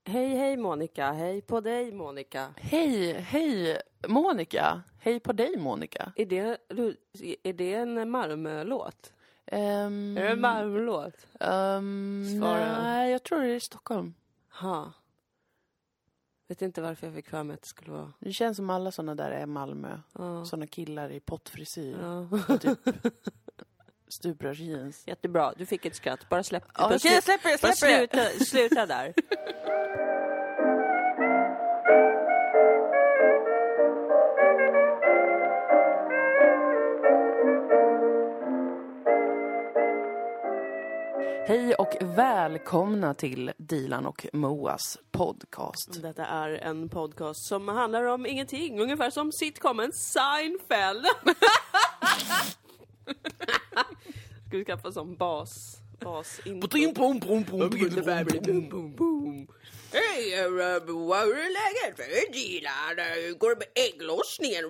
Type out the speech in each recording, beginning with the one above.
Hej Monica, hej på dig Monica. Hej Monica. Hej på dig Monica. Är det en Malmö-låt? Är det en Malmö-låt? Nej, jag tror det är i Stockholm. Ha. Vet inte varför jag fick för mig att det skulle vara. Det känns som alla såna där är Malmö. Såna killar i pottfrisyr. Ja. Typ stuprörsjeans. Jättebra, du fick ett skratt. Bara släpp det. Okej, jag släpper det. Sluta där. Hej och välkomna till Dilan och Moas podcast. Detta är en podcast som handlar om ingenting. Ungefär som sitcomen Seinfeld. Ska vi skaffa som bas in. Hej, vad är läget för Dilan? Går det med ägglossningen?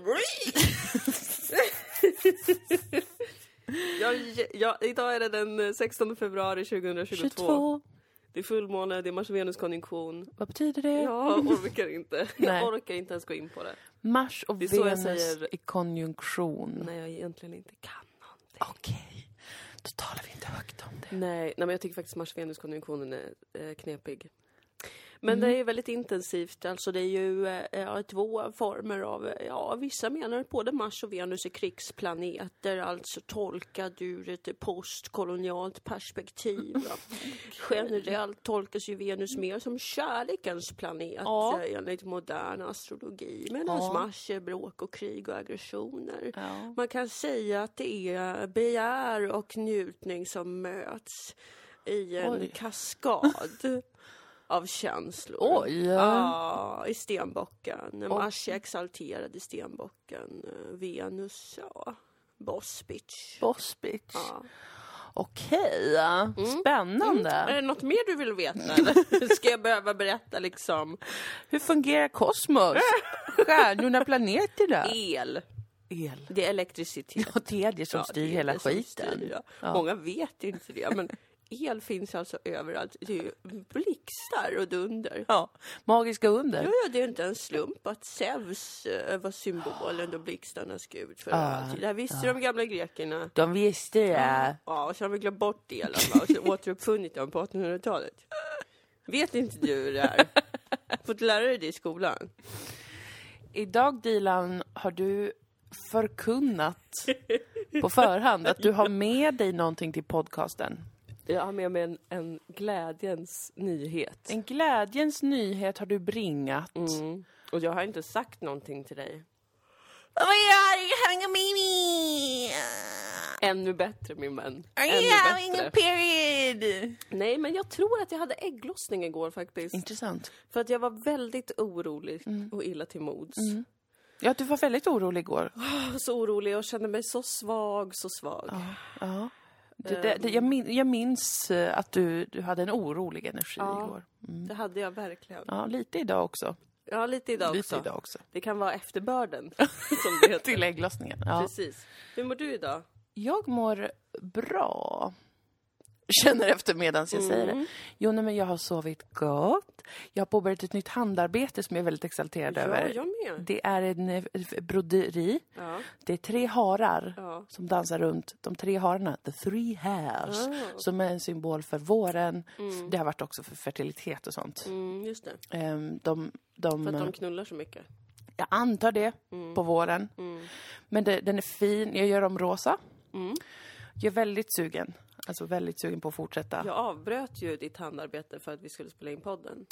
Ja, idag är det den 16 februari 2022. 22. Det är fullmåne, det är Mars-Venus-konjunktion. Vad betyder det? Jag orkar inte. Jag orkar inte ens gå in på det. Mars och Venus i konjunktion. Nej, jag egentligen inte kan någonting. Okej. Då talar vi inte högt om det. Nej, men jag tycker faktiskt Mars-Venus-konjunktionen är knepig. Men det är väldigt intensivt. Alltså det är ju två former av, vissa menar att både Mars och Venus är krigsplaneter, alltså tolkad ur ett postkolonialt perspektiv. Generellt tolkas ju Venus mer som kärlekens planet enligt modern astrologi, medan Mars är bråk och krig och aggressioner. Ja. Man kan säga att det är begär och njutning som möts i en kaskad av känslor. Ja, i stenbocken. Mars är exalterad i stenbocken. Venus, boss bitch. Boss bitch. Ja. Okej, spännande. Är det något mer du vill veta? Eller ska jag behöva berätta liksom? Hur fungerar kosmos? Stjärnorna, planeterna? El. Det är elektricitet. Ja, det är det som styr hela skiten. Ja. Många vet inte det, men el finns alltså överallt. Det är ju blixtar och dunder. Ja, magiska under. Ja, det är inte en slump att Zeus var symbolen då blixtarnas gud för allt. Det här visste de gamla grekerna. De visste det. Ja, och så har vi glömt bort det och så återuppfunnit dem på 1800-talet. Vet inte du det här? Fått lära dig det i skolan. Idag, Dilan, har du förkunnat på förhand att du har med dig någonting till podcasten. Jag har med mig en glädjens nyhet. En glädjens nyhet har du bringat. Och jag har inte sagt någonting till dig. Oh my god, you're having a baby! Ännu bättre, min vän. Are you having a period? Nej, men jag tror att jag hade ägglossning igår faktiskt. Intressant. För att jag var väldigt orolig och illa till mods. Ja, du var väldigt orolig igår. Så orolig och kände mig så svag. Ja. Jag minns att du hade en orolig energi igår. Det hade jag verkligen. Ja, lite idag också. Ja, lite idag också. Det kan vara efterbörden som det heter. Till ägglossningen. Ja. Precis. Hur mår du idag? Jag mår bra. Känner efter medans jag säger det. Jo, men jag har sovit gott. Jag har påbörjat ett nytt handarbete som jag är väldigt exalterad över. Jag med. Det är en broderi. Ja. Det är 3 harar som dansar runt. De 3 hararna, the 3 hairs. Som är en symbol för våren. Det har varit också för fertilitet och sånt. Just det. För att de knullar så mycket. Jag antar det på våren. Men den är fin. Jag gör dem rosa. Jag är väldigt sugen. Alltså väldigt sugen på att fortsätta. Jag avbröt ju ditt handarbete för att vi skulle spela in podden.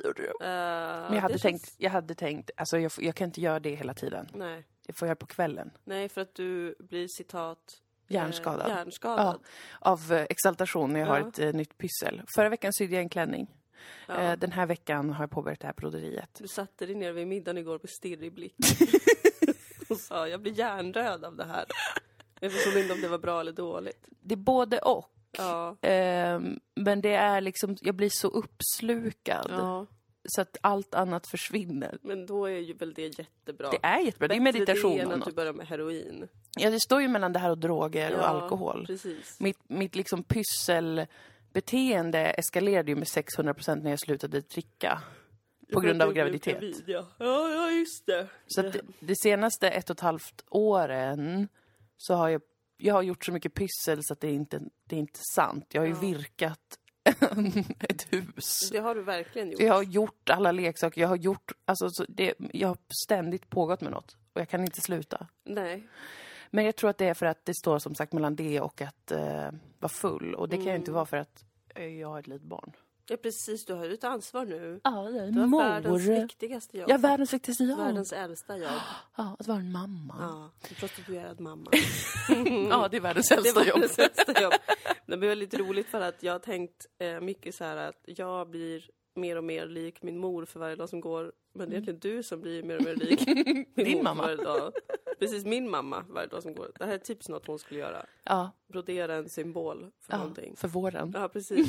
Men jag hade tänkt, alltså jag kan inte göra det hela tiden. Nej. Jag får göra på kvällen. Nej, för att du blir citat hjärnskadad. Ja, av exaltation när jag har ett nytt pyssel. Förra veckan sydde jag en klänning. Ja. Den här veckan har jag påbörjat det här broderiet. Du satte dig ner vid middagen igår med stirrig blick. Och sa, jag blir hjärnröd av det här. Jag förstår inte om det var bra eller dåligt. Det är både och. Ja. Men det är liksom, jag blir så uppslukad. Ja. Så att allt annat försvinner. Men då är ju väl det jättebra. Det är jättebra, det är meditation. Det är att du börjar med heroin. Ja, det står ju mellan det här och droger och alkohol. Precis. Mitt liksom beteende eskalerade ju med 600% när jag slutade dricka. På grund av graviditet. Ja, just det. Så att det senaste 1,5 åren så har jag har gjort så mycket pyssel så att det är inte sant. Jag har ju virkat ett hus. Det har du verkligen gjort. Jag har gjort alla leksaker. Jag har ständigt pågått med något. Och jag kan inte sluta. Nej. Men jag tror att det är för att det står som sagt mellan det och att vara full. Och det kan ju inte vara för att jag har ett litet barn. Ja, precis. Du har ju ett ansvar nu. Ja, du har världens viktigaste jobb. Ja, världens viktigaste jobb. Världens äldsta jobb. Ja, att vara en mamma. Ja, en prostituerad mamma. Ja, det är världens äldsta jobb. Det är världens äldsta jobb. Det blir väldigt roligt för att jag har tänkt mycket så här att jag blir mer och mer lik min mor för varje dag som går. Men det är egentligen du som blir mer och mer lik din mamma. Varje dag. Precis, min mamma varje dag som går. Det här är typ något hon skulle göra. Ja. Brodera en symbol för någonting. För våren. Ja, precis.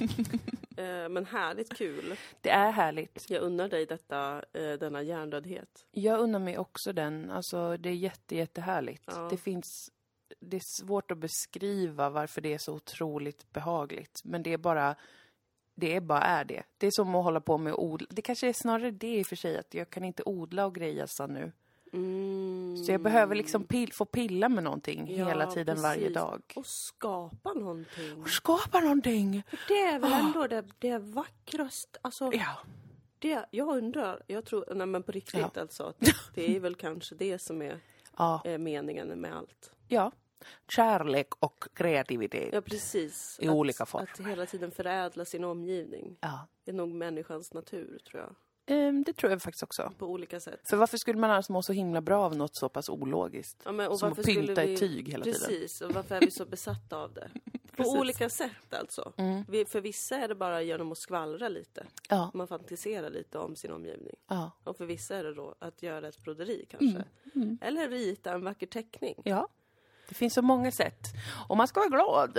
Men härligt kul. Det är härligt. Jag unnar dig denna hjärndödhet. Jag unnar mig också den. Alltså, det är jättehärligt. Ja. Det är svårt att beskriva varför det är så otroligt behagligt. Men det är bara det. Det är som att hålla på med odla. Det kanske är snarare det i och för sig, att jag kan inte odla och greja nu. Så jag behöver liksom få pilla med någonting hela tiden, precis. Varje dag. Och skapa någonting. För det är väl ändå det vackrast. Alltså, ja. Jag tror, nej men på riktigt alltså, att det är väl kanske det som är meningen med allt. Ja. Kärlek och kreativitet. Ja, precis. I olika former. Att hela tiden förädla sin omgivning. Ja. Det är nog människans natur, tror jag. Det tror jag faktiskt också. På olika sätt. För varför skulle man annars må så himla bra av något så pass ologiskt? Ja, och som att pynta ett tyg hela tiden. Precis, och varför är vi så besatta av det? På olika sätt alltså. För vissa är det bara genom att skvallra lite. Ja. Man fantiserar lite om sin omgivning. Ja. Och för vissa är det då att göra ett broderi kanske. Eller rita en vacker teckning. Ja, det finns så många sätt. Och man ska vara glad.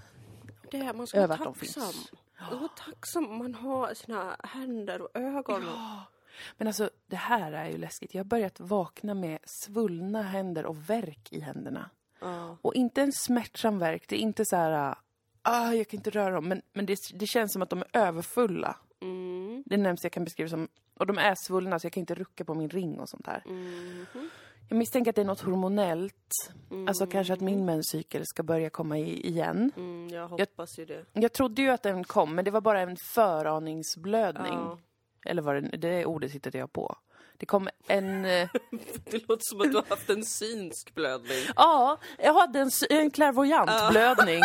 Man ska vara tacksam. Och tacksam om man har sina händer och ögon. Ja. Men alltså, det här är ju läskigt. Jag har börjat vakna med svullna händer och värk i händerna. Och inte en smärtsam värk. Det är inte så här, jag kan inte röra dem. Men det känns som att de är överfulla. Det är närmast jag kan beskriva som. Och de är svullna så jag kan inte rucka på min ring och sånt här. Jag misstänker att det är något hormonellt. Alltså kanske att min menscykel ska börja komma igen. Jag hoppas ju det. Jag trodde ju att den kom, men det var bara en föraningsblödning. Ja. Eller vad det ordet hittade jag på. Det kom en... Det låter som att du har haft en synsk blödning. Ja, jag hade en clairvoyant blödning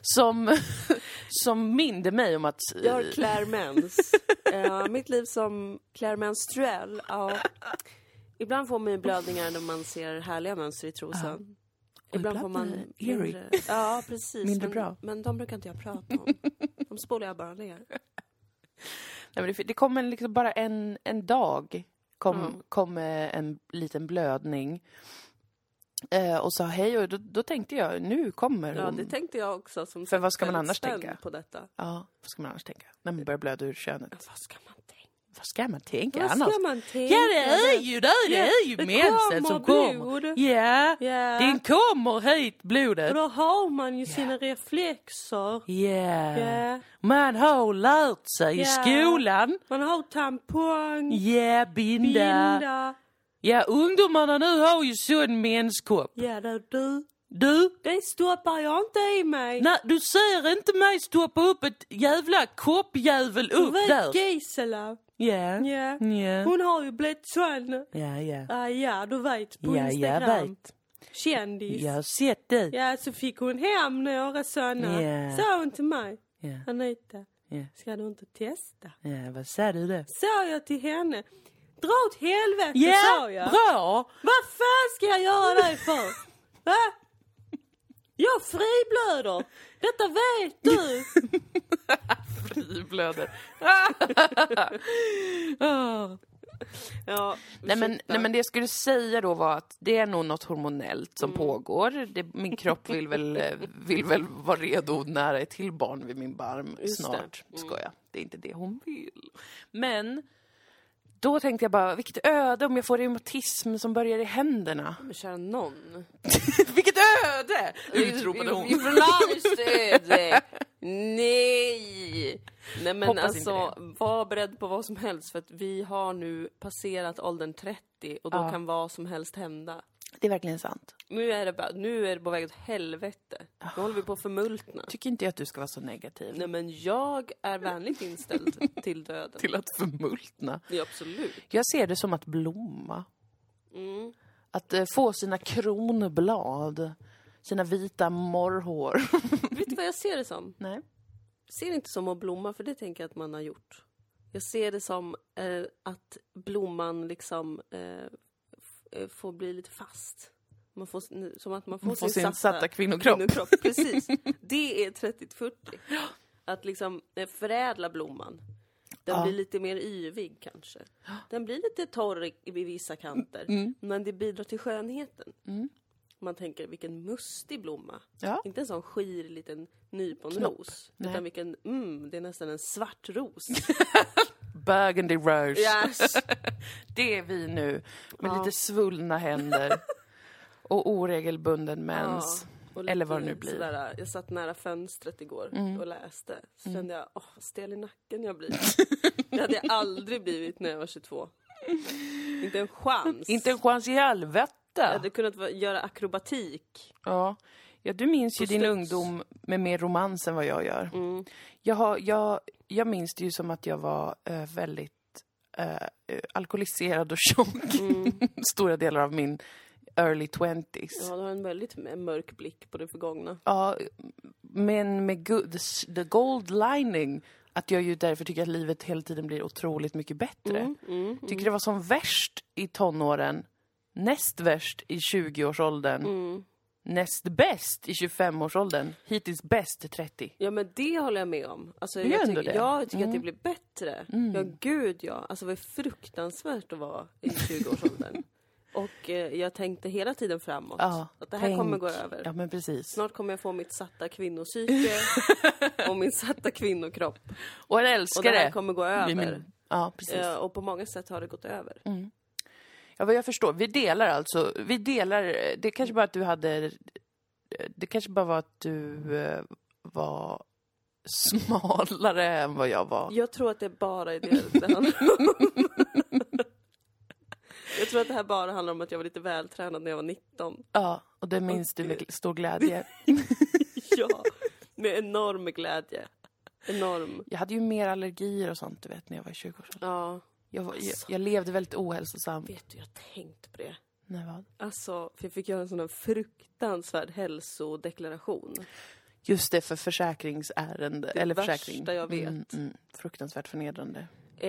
som minde mig om att... Jag har clairmens. Mitt liv som clairmenstruell. Ja. Ibland får man blödningar när man ser härliga mönster i trosan. Ibland får man eerie. Ja, precis. Mindre bra. Men de brukar inte jag prata om. De spolar jag bara ner. Nej, men det kommer liksom bara en dag kom en liten blödning. Och sa hej, och då tänkte jag, nu kommer hon. Ja, det tänkte jag också. För vad ska man annars tänka? På detta. Ja, vad ska man annars tänka? När man börjar blöda ur könet. Ja, vad ska man tänka? Vad ska man tänka annars? Vad ska man tänka? Ja, det är ju det. Det är ju mensen som kommer. Ja, den kommer hit, blodet. Och då har man ju sina reflexer. Ja. Man har lärt sig i skolan. Man har tampong. Ja, binda. Ja, ungdomarna nu har ju sån menskopp. Ja, du. Det stoppar jag inte i mig. Nej, du ser inte mig stoppa upp ett jävla koppjävel upp där. Gisela. Ja. Hon har ju blivit sån. Ja, du vet, på Instagram. Jag vet. Kändis. Jag har sett det. Ja, så fick hon hem några såna. Sa hon till mig. Anita, ska du inte testa? Ja, vad sa du då? Sa jag till henne. Dra åt helvete, sa jag. Bra. Vad fan ska jag göra det för? Va? Jag friblöder. Detta vet du. Friblöder. Ja, nej men det jag skulle säga då var att det är nog något hormonellt som pågår. Min kropp vill väl vara redo nära ett till barn vid min barm snart. Skoja. Det är inte det hon vill. Men då tänkte jag bara, vilket öde om jag får reumatism som börjar i händerna. Men kära någon. Vilket öde! Utropade hon. Nej! Nej men Hoppas alltså, var beredd på vad som helst. För att vi har nu passerat åldern 30 och då kan vad som helst hända. Det är verkligen sant. Nu är det på väg åt helvete. Nu håller vi på att förmultna. Tycker inte jag att du ska vara så negativ. Nej men jag är vänligt inställd till döden. Till att förmultna. Ja, absolut. Jag ser det som att blomma. Att få sina kronblad. Sina vita morrhår. Vet du vad jag ser det som? Nej. Jag ser det inte som att blomma, för det tänker jag att man har gjort. Jag ser det som att blomman liksom får bli lite fast. Som att man får sin satta kvinnokropp. Precis. Det är 30-40. Att liksom förädla blomman. Den blir lite mer yvig kanske. Den blir lite torr i vissa kanter. Men det bidrar till skönheten. Man tänker, vilken mustig blomma. Ja. Inte en sån skir liten nyponros. Utan vilken, det är nästan en svart ros. Burgundy rose. Yes. Det är vi nu. Med lite svullna händer. Och oregelbunden mens. Eller vad det nu blir. Sådär, jag satt nära fönstret igår och läste. Så kände jag, stel i nacken jag blir. Det hade jag aldrig blivit när jag var 22. Inte en chans. Inte en chans i helvete. Jag hade kunnat göra akrobatik. Ja, du minns ju din ungdom med mer romans än vad jag gör. Jag minns det ju som att jag var väldigt alkoholiserad och tjock. Stora delar av min early 20s. Ja, du har en väldigt mörk blick på det förgångna. Ja, men med the gold lining. Att jag ju därför tycker att livet hela tiden blir otroligt mycket bättre. Tycker det var som värst i tonåren. Näst värst i 20-årsåldern. Näst bäst i 25-årsåldern. Hittills bäst i 30. Ja, men det håller jag med om. Alltså, jag tycker att det blir bättre. Ja, gud ja. Alltså, vad fruktansvärt att vara i 20-årsåldern. Och jag tänkte hela tiden framåt. Att det här kommer gå över. Ja, men precis. Snart kommer jag få mitt satta kvinnopsyke. Och min satta kvinnokropp. Och jag älskar det. Och det här kommer gå över. Ja, precis. Och på många sätt har det gått över. Ja, vad jag förstår. Vi delar, det kanske bara att du hade, det kanske bara var att du var smalare än vad jag var. Jag tror att det bara är det handlar om. Jag tror att det här bara handlar om att jag var lite vältränad när jag var 19. Ja, och det minns du med stor glädje. Ja, med enorm glädje. Enorm. Jag hade ju mer allergier och sånt, du vet, när jag var 20-årsåldern. Ja. Jag levde väldigt ohälsosamt. Vet du, jag tänkte på det. Nej, vad? Alltså, för jag fick göra en sån här fruktansvärd hälsodeklaration. Just det, för försäkringsärende. Det eller värsta jag vet. Fruktansvärt förnedrande.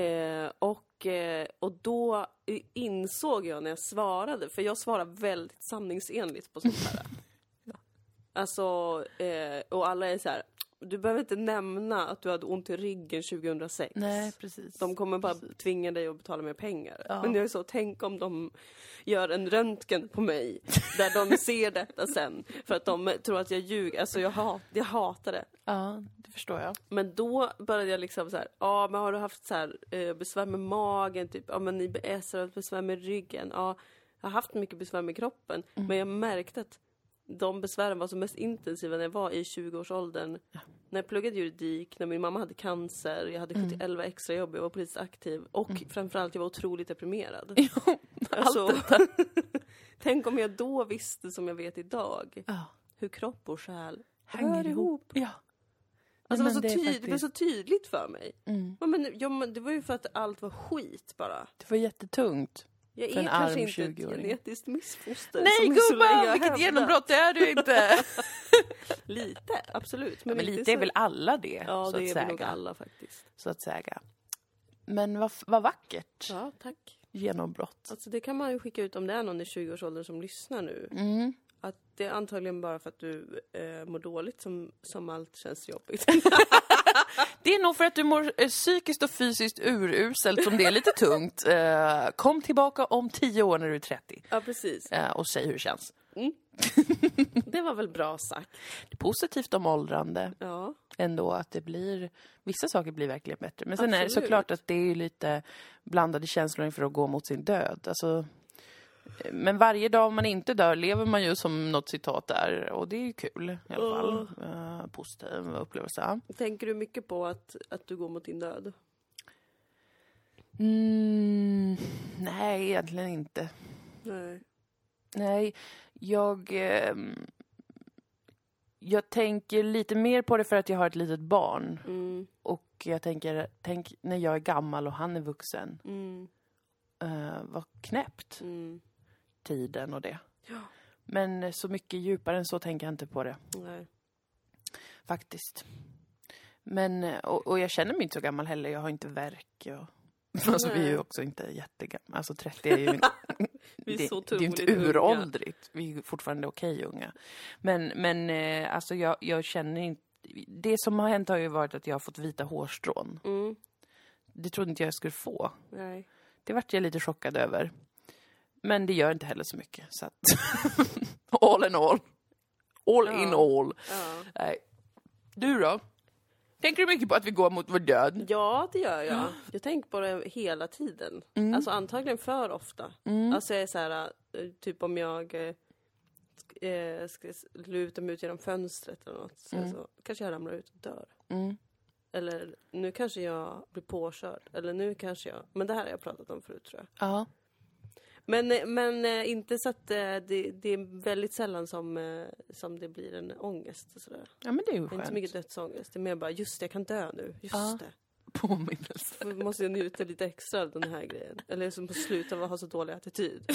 Och då insåg jag när jag svarade, för jag svarar väldigt sanningsenligt på sånt här. Alltså, och alla är så här, du behöver inte nämna att du hade ont i ryggen 2006. Nej, precis. De kommer bara tvinga dig att betala mer pengar. Ja. Men jag är så, tänk om de gör en röntgen på mig där de ser detta sen. För att de tror att jag ljuger. Alltså jag hatar det. Ja, det förstår jag. Men då började jag liksom så här, men har du haft så här besvär med magen typ? Ja, men IBS har besvär med ryggen. Ja, jag har haft mycket besvär med kroppen. Men jag märkte att de besvären var som mest intensiva när jag var i 20-årsåldern. Ja. När jag pluggade juridik, när min mamma hade cancer, jag hade 11 extra jobb, jag var politiskt aktiv. Och framförallt, jag var otroligt deprimerad. Jo, alltså, tänk om jag då visste som jag vet idag. Hur kropp och själ hänger ihop. Ja. Alltså det var så tydligt för mig. Men det var ju för att allt var skit bara. Det var jättetungt. Jag är kanske inte ett genetiskt missfoster. Nej gubba, vilket genombrott är du inte. Lite, absolut. Men lite är väl alla det. Ja, det är väl nog alla faktiskt. Så att säga. Men vad vackert. Ja, tack. Genombrott. Alltså det kan man ju skicka ut om det är någon i 20-årsåldern som lyssnar nu. Att det är antagligen bara för att du mår dåligt som allt känns jobbigt. Det är nog för att du mår psykiskt och fysiskt uruselt som det är lite tungt. Kom tillbaka om 10 år när du är 30. Ja, precis. Och säg hur det känns. Det var väl bra sagt. Det är positivt om åldrande. Ja. Ändå att det blir... Vissa saker blir verkligen bättre. Men sen är det såklart att det är ju lite blandade känslor inför att gå mot sin död. Alltså, men varje dag man inte dör lever man ju som något citat där. Och det är ju kul i alla fall. Positiv upplevelse. Tänker du mycket på att du går mot din död? Nej, egentligen inte. Nej, jag tänker lite mer på det för att jag har ett litet barn. Och jag tänker, tänk när jag är gammal och han är vuxen. Vad knäppt. Tiden och det. Ja. Men så mycket djupare än så tänker jag inte på det. Nej. Faktiskt. Men, och jag känner mig inte så gammal heller. Jag har inte värk. Alltså vi är ju också inte jättegamla. Alltså 30 är ju... det är ju inte uråldrigt. Vi är fortfarande okej unga. Men alltså jag känner inte... Det som har hänt har ju varit att jag har fått vita hårstrån. Det trodde inte jag skulle få. Nej. Det vart jag lite chockad över. Men det gör inte heller så mycket. Så att all in all. All in all. Ja. Nej. Du då? Tänker du mycket på att vi går mot vår död? Ja, det gör jag. Jag tänker på det hela tiden. Alltså antagligen för ofta. Alltså jag är så här, typ om jag ska luta mig ut genom fönstret eller något. Så kanske jag ramlar ut och dör. Eller nu kanske jag blir påkörd. Eller nu kanske jag... Men det här har jag pratat om förut tror jag. Ja. Men inte så att det är väldigt sällan som det blir en ångest och sådär. Ja, men det är ju Det är skönt. inte så mycket dödsångest. Det är mer bara, just det, jag kan dö nu. Just det. Påminnelse. Jag måste njuta lite extra av den här grejen. Eller som på slutet av att ha så dålig attityd.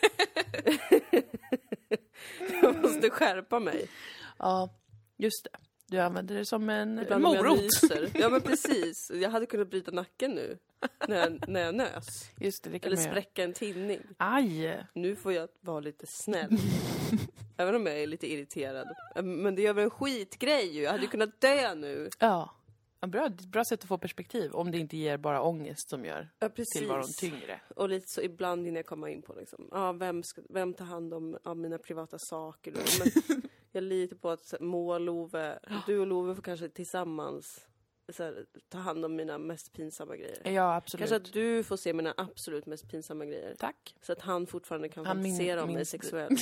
Jag måste skärpa mig. Ja, just det. Du använder det som en Ibland morot. Ja, men precis. Jag hade kunnat bryta nacken nu. När jag nös. Just det, det kan Eller man göra. spräcka en tinning. Aj! Nu får jag vara lite snäll. Även om jag är lite irriterad. Men det gör väl en skitgrej ju. Jag hade kunnat dö nu. Ja. Ja, bra sätt att få perspektiv. Om det inte ger bara ångest som gör tillvaron tyngre. Och lite så ibland hinner jag komma in på liksom, vem tar hand om mina privata saker då? Men jag litar på att du och Love får kanske tillsammans så här, ta hand om mina mest pinsamma grejer. Ja, absolut. Kanske att du får se mina absolut mest pinsamma grejer. Tack. Så att han fortfarande kan fantisera om mig sexuellt.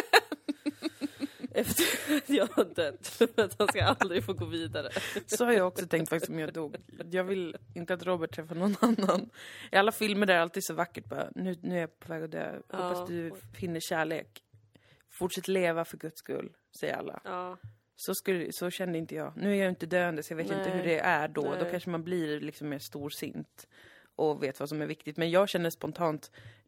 Efter att jag har dött. För att han ska aldrig få gå vidare. Så har jag också tänkt faktiskt om jag dog. Jag vill inte att Robert träffar någon annan. I alla filmer där är det alltid så vackert. Bara, nu är jag på väg att dö. Hoppas du finner kärlek. Fortsätt leva för Guds skull, säger alla. Ja. Så kände inte jag. Nu är jag inte döende så jag vet inte hur det är då. Då kanske man blir liksom mer storsint och vet vad som är viktigt. Men jag känner spontant,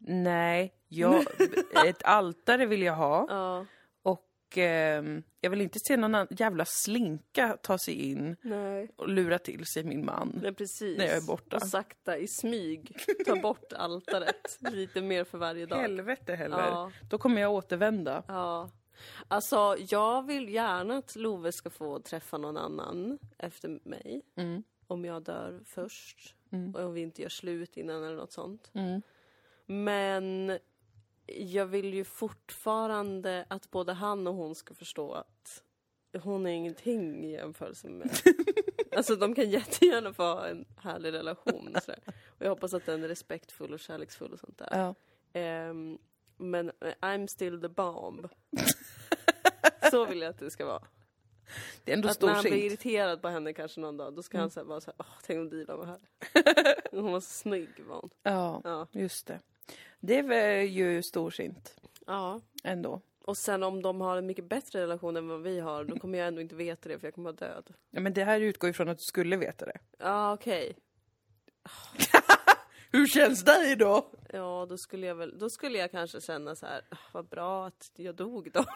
ett altare vill jag ha. Ja. Och jag vill inte se någon jävla slinka ta sig in och lura till sig min man. Nej, precis. När jag är borta. Och sakta i smyg ta bort altaret lite mer för varje dag. Helvete heller. Ja. Då kommer jag återvända. Ja. Alltså, jag vill gärna att Love ska få träffa någon annan efter mig. Om jag dör först. Och om vi inte gör slut innan eller något sånt. Men jag vill ju fortfarande att både han och hon ska förstå att hon är ingenting i jämförelse med mig. Alltså de kan jättegärna få ha en härlig relation. Och jag hoppas att den är respektfull och kärleksfull och sånt där. Ja. Men I'm still the bomb. Så vill jag att det ska vara. Det är ändå att när han blir storsint. irriterad på henne kanske någon dag, då ska han säga bara så här, tänk om Dila var här. Hon var så snygg, var hon. Ja, just det. Det är väl ju storsint. Ja. Ändå. Och sen om de har en mycket bättre relation än vad vi har, då kommer jag ändå inte veta det för jag kommer vara död. Ja, men det här utgår ju från att du skulle veta det. Ja, okej. Hur känns det då? Ja, då skulle jag kanske känna så här, vad bra att jag dog då.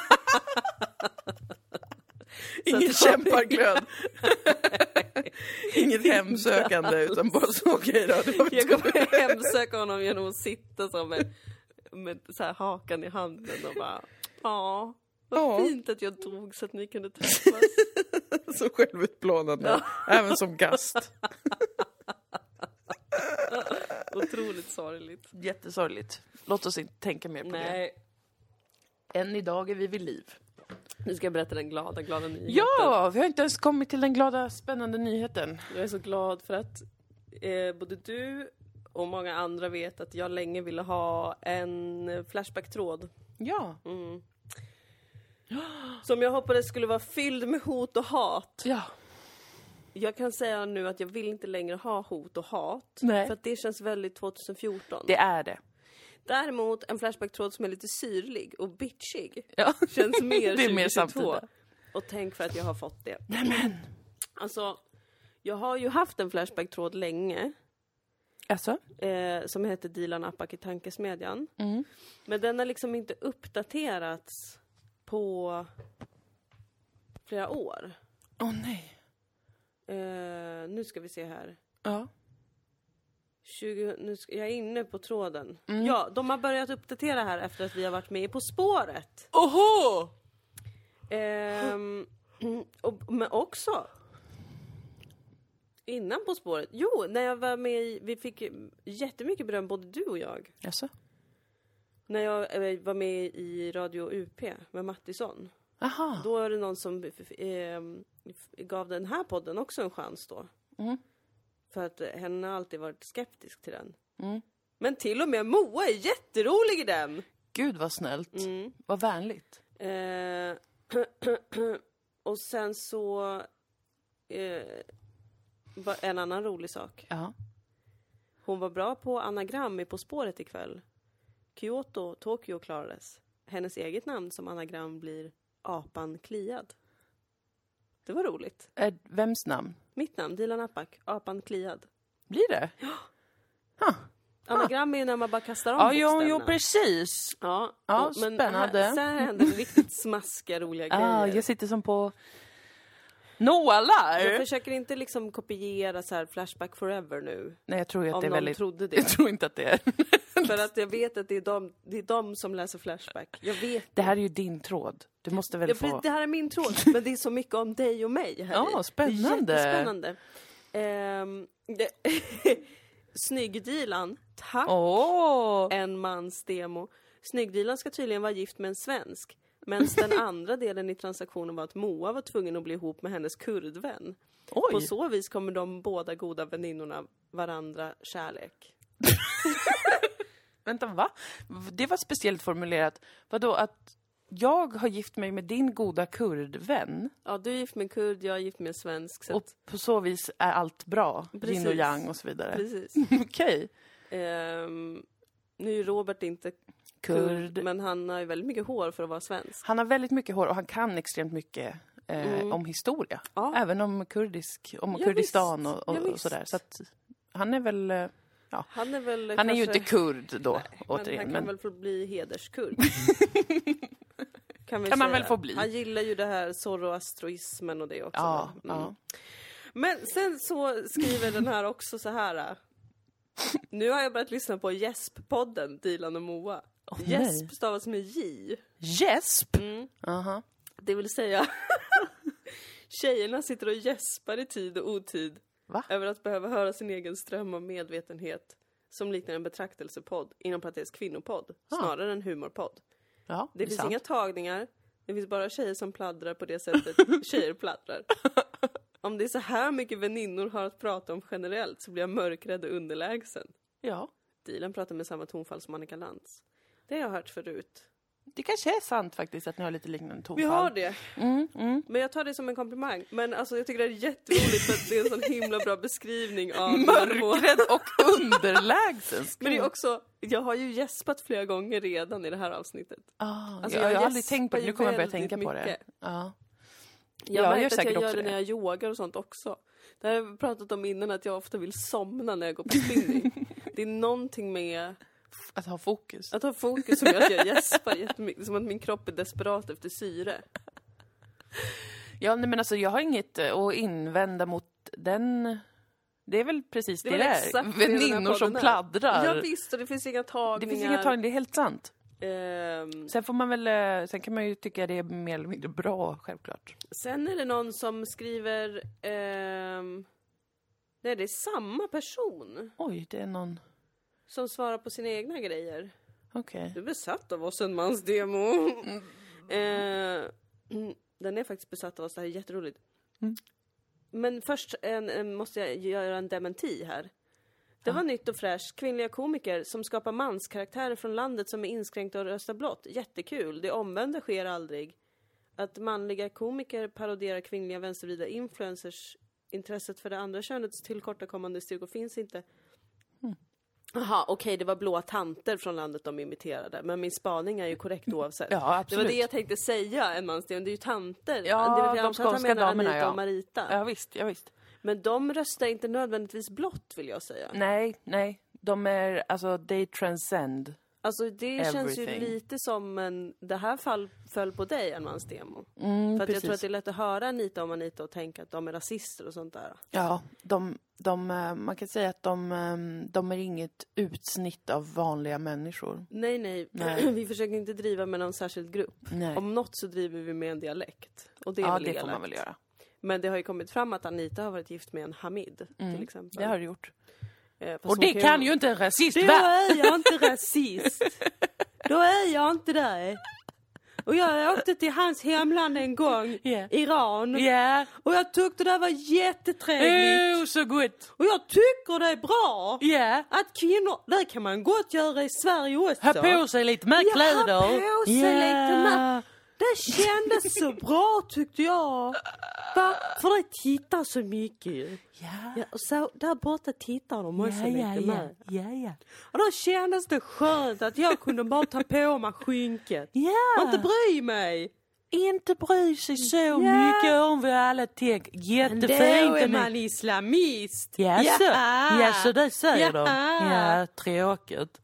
Ingen kämpaglöd. Inget hemsökande utan bara så okej då. Jag kommer hemsöka honom genom att sitta så med så här hakan i handen och bara, vad fint att jag dog så att ni kunde träffas. Så självutplånande. Även som gast. Otroligt sorgligt. Jättesorgligt. Låt oss inte tänka mer på det. Än idag är vi vid liv. Nu ska jag berätta den glada nyheten. Ja, vi har inte ens kommit till den glada, spännande nyheten. Jag är så glad för att både du och många andra vet att jag länge ville ha en Flashback-tråd. Ja. Som jag hoppades skulle vara fylld med hot och hat. Ja. Jag kan säga nu att jag vill inte längre ha hot och hat. Nej. För att det känns väldigt 2014. Det är det. Däremot en Flashback-tråd som är lite syrlig och bitchig. Ja. Känns mer det är mer 2022. samtida. Och tänk för att jag har fått det. Nämen. Alltså, jag har ju haft en Flashback-tråd länge. Alltså? Som heter Dilan Apak i tankesmedjan. Mm. Men den har liksom inte uppdaterats på flera år. Åh nej. Nu ska vi se här. Ja. Jag är inne på tråden. Ja, de har börjat uppdatera här efter att vi har varit med På spåret. Oho! Men också innan På spåret. Jo, när jag var med vi fick jättemycket beröm, både du och jag. Alltså? När jag var med i Radio UP med Mattisson. Aha. Då är det någon som gav den här podden också en chans då. Mm. För att henne har alltid varit skeptisk till den. Mm. Men till och med Moa är jätterolig i den. Gud vad snällt. Vad vänligt. Och sen så var en annan rolig sak. Ja. Hon var bra på anagram i På spåret ikväll. Kyoto, Tokyo klarades. Hennes eget namn som anagram blir Apan kliad. Det var roligt. Vems namn? Mitt namn, Dilan Apak. Apan kliad. Blir det? Ja. Anagram är ju när man bara kastar om Jo, precis. Ja, Ja, men spännande. Här, sen händer det riktigt smaskiga, roliga grejer. Jag sitter som på nålar. Jag försöker inte liksom kopiera så här Flashback Forever nu. Nej, jag tror ju att om det är någon väldigt... trodde det. Jag tror inte att det är. För att jag vet att det är de som läser Flashback. Jag vet. Det här är ju din tråd. Du måste väl få... Det här är min tråd, men det är så mycket om dig och mig här. Ja, spännande. Det är jättespännande. Snygg-Dilan, tack. En mans demo. Snygg-Dilan ska tydligen vara gift med en svensk. Men den andra delen i transaktionen var att Moa var tvungen att bli ihop med hennes kurdvän. Oj. På så vis kommer de båda goda väninnorna varandra kärlek. Vänta, va? Det var speciellt formulerat. Vadå, att jag har gift mig med din goda kurdvän? Ja, du är gift med en kurd, jag är gift med en svensk. Så och på så vis är allt bra? Precis. Yin och yang och så vidare. Precis. Okej. Nu är Robert inte kurd, men han har ju väldigt mycket hår för att vara svensk. Han har väldigt mycket hår och han kan extremt mycket om historia. Ja. Även om Kurdistan och sådär. Så att han är väl... Ja. Han är kanske... ju inte kurd då, nej, återigen. Men han kan väl få bli hederskurd. kan man väl få bli. Han gillar ju det här zoroastroismen och det också. Ja, ja. Men sen så skriver den här också så här. Nu har jag börjat lyssna på Jesp-podden, Dilan och Moa. Jesp stavas med J. Jesp? Det vill säga tjejerna sitter och gäspar i tid och otid. Va? Över att behöva höra sin egen ström av medvetenhet som liknar en betraktelsepodd, inom parentes kvinnopodd, snarare än humorpodd. Ja, det finns sant. inga tagningar, det finns bara tjejer som pladdrar på det sättet tjejer pladdrar. Om det är så här mycket väninnor har att prata om generellt så blir jag mörkrädd och underlägsen. Ja. Dilan pratar med samma tonfall som Annika Lantz. Det har jag hört förut. Det kanske är sant faktiskt att ni har lite liknande tonfall. Vi har det. Men jag tar det som en komplimang. Men alltså jag tycker det är jätteroligt för att det är en sån himla bra beskrivning av mörkrädd och underlägsen. Men det är också, jag har ju gäspat flera gånger redan i det här avsnittet. Alltså, jag har aldrig tänkt på det, nu kommer jag börja tänka på det. Ja. Jag vet att jag gör det när jag yogar och sånt också. Det har jag pratat om innan, att jag ofta vill somna när jag går på spinning. Det är någonting med att ha fokus. Att ha fokus som gör att jag gäspar jättemycket. Som att min kropp är desperat efter syre. Ja, men alltså jag har inget att invända mot den. Det är väl precis det där. Väninnor som pladdrar. Ja visst, och det finns inga tagningar. Det finns inga tagningar, det är helt sant. Sen får man väl, sen kan man ju tycka det är mer eller mindre bra, självklart. Sen är det någon som skriver nej, det är samma person. Oj, det är någon som svarar på sina egna grejer. Okej. Du är besatt av oss, en mans demo. Den är faktiskt besatt av oss, det här är jätteroligt. Men först måste jag göra en dementi här. Det var nytt och fräscht. Kvinnliga komiker som skapar manskaraktärer från landet som är inskränkta och röstar blått. Jättekul. Det omvända sker aldrig. Att manliga komiker paroderar kvinnliga vänstervrida influencers. Intresset för det andra könets tillkortakommande styrkor finns inte. Jaha, okej, det var blåa tanter från landet de imiterade. Men min spaning är ju korrekt oavsett. Ja, absolut. Det var det jag tänkte säga, en mansdel. Det är ju tanter. Ja, det de skånska damerna, Anita och Marita. Ja, visst. Men de röstar inte nödvändigtvis blått, vill jag säga. Nej. De är, alltså, they transcend. Alltså det känns ju lite som det här föll på dig, en mans demo. För att jag tror att det är lätt att höra Anita och tänka att de är rasister och sånt där. Ja, man kan säga att de är inget utsnitt av vanliga människor. Nej. Vi försöker inte driva med någon särskild grupp. Nej. Om något så driver vi med en dialekt. Och det är väl det får man väl göra. Men det har ju kommit fram att Anita har varit gift med en Hamid, till exempel. Det har det gjort. Och det kan ju inte en rasist vara. Då är jag inte rasist. Då är jag inte det. Och jag åkte till hans hemland en gång, Iran. Yeah. Och jag tyckte det var jättetrevligt. Så gott. Och jag tycker det är bra. Yeah. Att kvinnor, det kan man gott göra i Sverige också. Ha på sig lite mer kläder. Ha på sig lite mer. Det kändes så bra, tyckte jag. För det tittar så mycket. Ja, och så där borta tittar de också lite mer. Ja. Och då kändes det skönt att jag kunde bara ta på mig skynket. Ja. Och inte bry mig. Inte bry sig så mycket om vad alla tänker. Jättefint. Då är man islamist. Jaså, det säger de. Ja, tråkigt.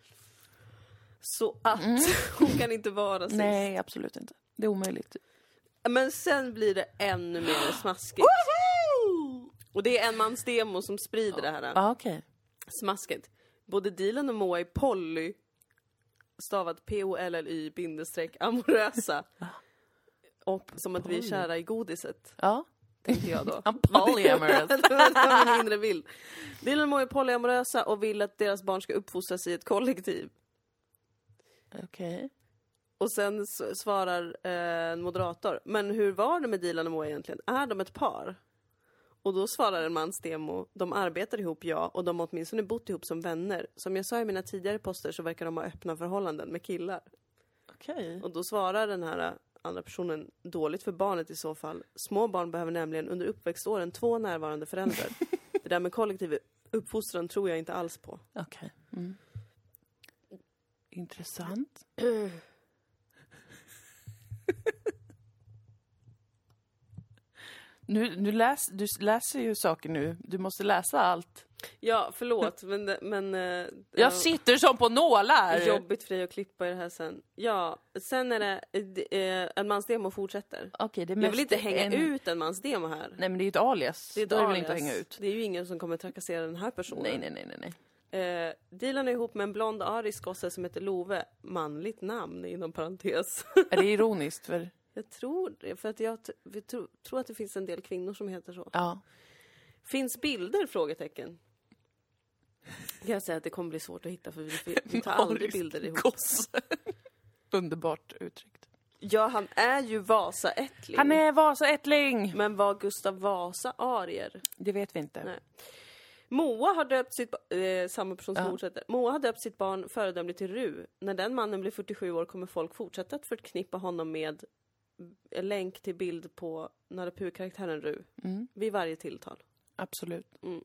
Så att hon kan inte vara rasist. Nej, absolut inte. Det är omöjligt. Men sen blir det ännu mer smaskigt. Woho! Och det är en mans demo som sprider det här. Okej. Smaskigt. Både Dilan och Moa är poly, stavat POLLY _amorösa. Och som att vi är kära i godiset. Ja. Tänkte jag då. I'm polyamorous. Det var min inre bild. Dilan och Moa är polyamorösa och vill att deras barn ska uppfostras i ett kollektiv. Okej. Och sen svarar en moderator. Men hur var det med Dilan och Moa egentligen? Är de ett par? Och då svarar en mans demo. De arbetar ihop, ja. Och de har åtminstone bott ihop som vänner. Som jag sa i mina tidigare poster så verkar de ha öppna förhållanden med killar. Okej. Och då svarar den här andra personen, dåligt för barnet i så fall. Små barn behöver nämligen under uppväxtåren 2 närvarande föräldrar. Det där med kollektiv uppfostran tror jag inte alls på. Okej. Intressant. Du läser ju saker nu. Du måste läsa allt. Ja, förlåt. men jag sitter som på nålar. Jobbigt för dig att klippa i det här sen. Ja, sen är det en mans demo fortsätter. Okej, det är jag vill inte hänga ut en mans demo här. Nej, men det är ju ett alias. Det är ett alias. Inte hänga ut. Det är ju ingen som kommer trakassera den här personen. Nej. Dilan är ihop med en blond arisk gosse som heter Love. Manligt namn inom parentes. Är det ironiskt? Jag tror det, för att jag tror att det finns en del kvinnor som heter så. Ja. Finns bilder? Frågetecken. Kan jag säga att det kommer bli svårt att hitta, för vi tar aldrig bilder ihop. Gosse. Underbart uttryckt. Ja, han är ju Vasa-ättling. Han är Vasa-ättling. Men var Gustav Vasa arier? Det vet vi inte. Nej. Moa har döpt sitt samma person som fortsätter. Moa har döpt sitt barn föredömligt till Ru. När den mannen blir 47 år kommer folk fortsätta att förknippa honom med länk till bild på Nalle Puh-karaktären Ru. Vid varje tilltal. Absolut.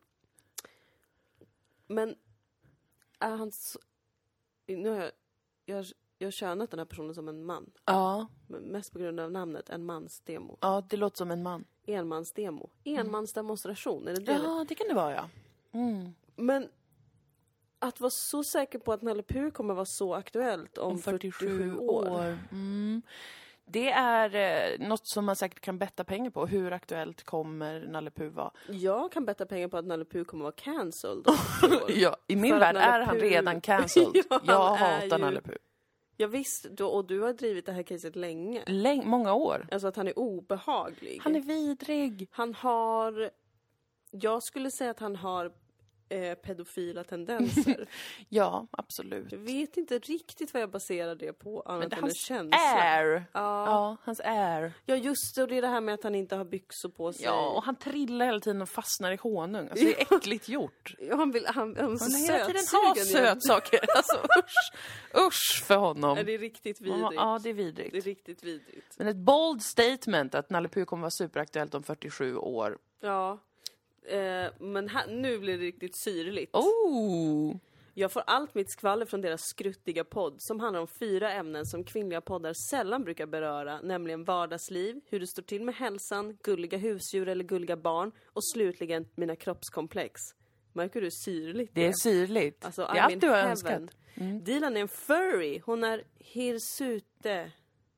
Men är han så... Nu har jag har könat den här personen som en man. Ja. Men mest på grund av namnet, en mans demo. Ja, det låter som en man. Enmans demo. Enmans demonstration, är det det? Ja, det kan det vara, ja. Men att vara så säker på att Nalle Puh kommer vara så aktuellt om 47 år. Det är något som man säkert kan betta pengar på. Hur aktuellt kommer Nalle Puh vara? Jag kan betta pengar på att Nalle Puh kommer vara cancelled. Ja, i min värld är han redan cancelled. Jag hatar Nalle Puh. Ja, visst, och du har drivit det här caset länge. Många år. Alltså att han är obehaglig. Han är vidrig. Jag skulle säga att han har pedofila tendenser. Ja, absolut. Jag vet inte riktigt vad jag baserar det på, annat än en Hans känsla. Ja, hans air. Ja, just det. Och det är det här med att han inte har byxor på sig. Ja, och han trillar hela tiden och fastnar i honung. Alltså, det är äckligt gjort. Ja, han vill hela tiden ha sötsaker. Alltså, usch för honom. Ja, det är riktigt vidrigt. Ja, det är vidrigt. Det är riktigt vidrigt. Men ett bold statement att Nalle Puh kommer vara superaktuellt om 47 år. Ja. Men nu blir det riktigt syrligt. Oh! Jag får allt mitt skvaller från deras skruttiga podd som handlar om 4 ämnen som kvinnliga poddar sällan brukar beröra, nämligen vardagsliv, hur det står till med hälsan, gulliga husdjur eller gulliga barn och slutligen mina kroppskomplex. Märker du hur syrligt det är? Syrligt. Alltså, det är allt du har önskat. Dilan är en furry. Hon är hirsute.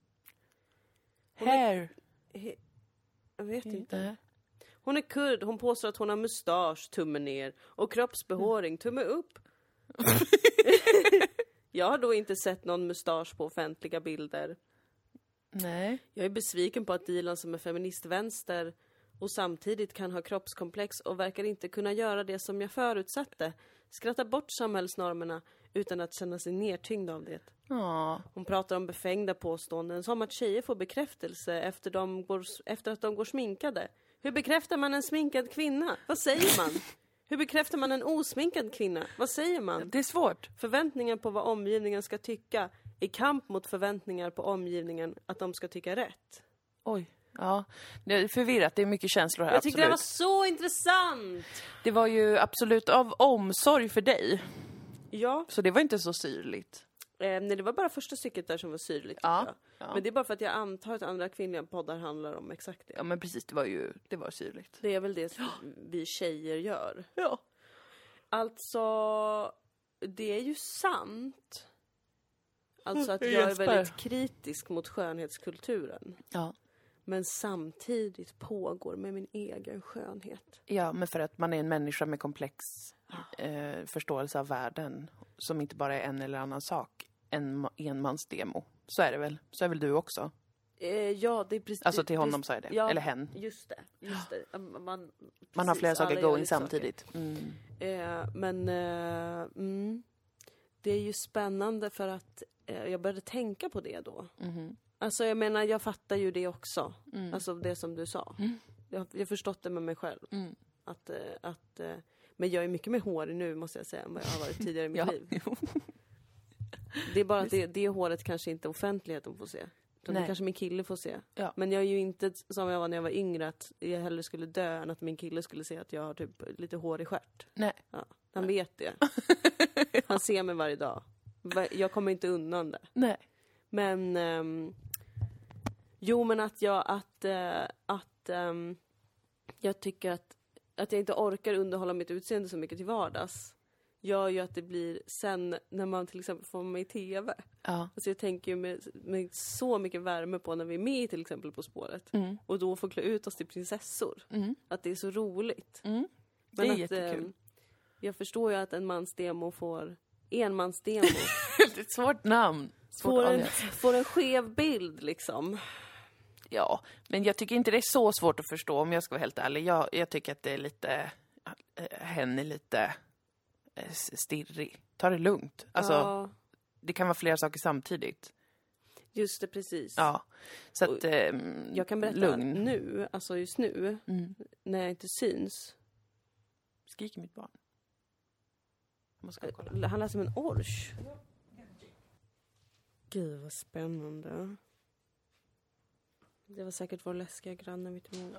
Jag vet inte. Hon är kurd, hon påstår att hon har mustasch, tumme ner, och kroppsbehåring, tumme upp. Jag har då inte sett någon mustasch på offentliga bilder. Nej. Jag är besviken på att Dilan som är feministvänster och samtidigt kan ha kroppskomplex och verkar inte kunna göra det som jag förutsatte. Skratta bort samhällsnormerna utan att känna sig nedtyngd av det. Hon pratar om befängda påståenden som att tjejer får bekräftelse efter att de går sminkade. Hur bekräftar man en sminkad kvinna? Vad säger man? Hur bekräftar man en osminkad kvinna? Vad säger man? Det är svårt. Förväntningar på vad omgivningen ska tycka i kamp mot förväntningar på omgivningen att de ska tycka rätt. Oj, ja. Det är förvirrat, det är mycket känslor här. Jag tyckte det var så intressant! Det var ju absolut av omsorg för dig. Ja. Så det var inte så syrligt. Nej, det var bara första stycket där som var syrligt. Ja. Men det är bara för att jag antar att andra kvinnliga poddar handlar om exakt det. Ja, men precis, det var syrligt. Det är väl det vi tjejer gör. Ja. Alltså, det är ju sant. Alltså att jag är väldigt kritisk mot skönhetskulturen. Ja. Men samtidigt pågår med min egen skönhet. Ja, men för att man är en människa med komplex förståelse av världen. Som inte bara är en eller annan sak. En enmansdemo. Så är det väl. Så är väl du också. Ja, det är precis. Alltså till honom så är det. Ja, eller hen. Just det. Man har flera saker going samtidigt. Det är ju spännande för att jag började tänka på det då. Mm. Alltså jag menar, jag fattar ju det också. Alltså det som du sa. Jag har förstått det med mig själv. Men jag är mycket mer hårig nu, måste jag säga, än vad jag har varit tidigare i mitt liv. Det är bara att det håret kanske inte offentligheten får se. Det kanske min kille får se. Ja. Men jag är ju inte som jag var när jag var yngre, att jag hellre skulle dö än att min kille skulle se att jag har typ lite hår i stjärt. Nej. Ja, han vet det. Han ser mig varje dag. Jag kommer inte undan det. Nej. Men men att jag tycker att jag inte orkar underhålla mitt utseende så mycket till vardags gör ju att det blir sen när man till exempel får med i tv. Ja. Alltså jag tänker ju med så mycket värme på när vi är med till exempel På spåret. Och då får klä ut oss till prinsessor. Att det är så roligt. Men det är jättekul. Jag förstår ju att enmansdemo det är ett svårt namn. Får en skev bild liksom. Ja, men jag tycker inte det är så svårt att förstå om jag ska vara helt ärlig. Jag tycker att det är lite... Hen är lite stirrig. Ta det lugnt. Alltså, det kan vara flera saker samtidigt. Just det, precis. Ja, så att jag kan berätta nu, alltså just nu, när jag inte syns. Skriker mitt barn. Han lät som en orch. Gud vad spännande. Det var säkert vår läskiga granne mitt emot.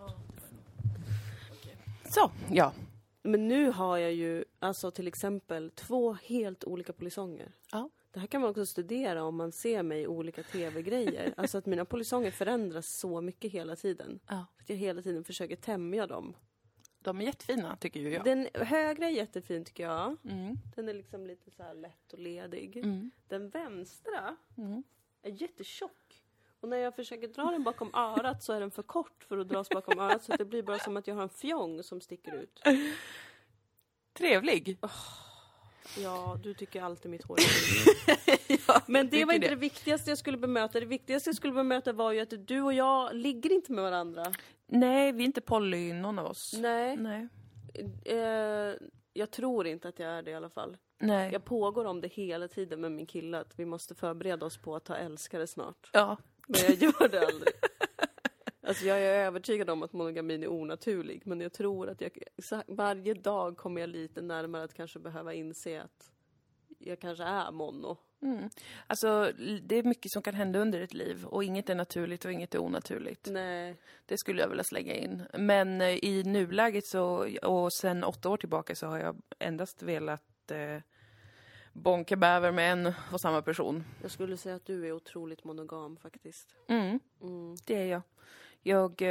Så, ja. Men nu har jag ju alltså till exempel 2 helt olika polisonger. Ja. Det här kan man också studera om man ser mig i olika tv-grejer. Alltså att mina polisonger förändras så mycket hela tiden. Ja. Att jag hela tiden försöker tämja dem. De är jättefina tycker ju jag. Den högra är jättefin tycker jag. Den är liksom lite så här lätt och ledig. Den vänstra är jättetjock. Och när jag försöker dra den bakom örat så är den för kort för att dras bakom örat. Så att det blir bara som att jag har en fjong som sticker ut. Trevlig. Ja, du tycker alltid mitt hår är Men det var inte det viktigaste jag skulle bemöta. Det viktigaste jag skulle bemöta var ju att du och jag ligger inte med varandra. Nej, vi är inte poly, någon av oss. Nej. Jag tror inte att jag är det i alla fall. Nej. Jag pågår om det hela tiden med min kille att vi måste förbereda oss på att ta älskare snart. Ja. Men jag gör det aldrig. Alltså jag är övertygad om att monogamin är onaturlig. Men jag tror att varje dag kommer jag lite närmare att kanske behöva inse att jag kanske är mono. Mm. Alltså det är mycket som kan hända under ett liv. Och inget är naturligt och inget är onaturligt. Nej. Det skulle jag vilja slänga in. Men i nuläget så, och sen 8 år tillbaka så har jag endast velat bonka bäver med en och samma person. Jag skulle säga att du är otroligt monogam faktiskt. Det är jag. Jag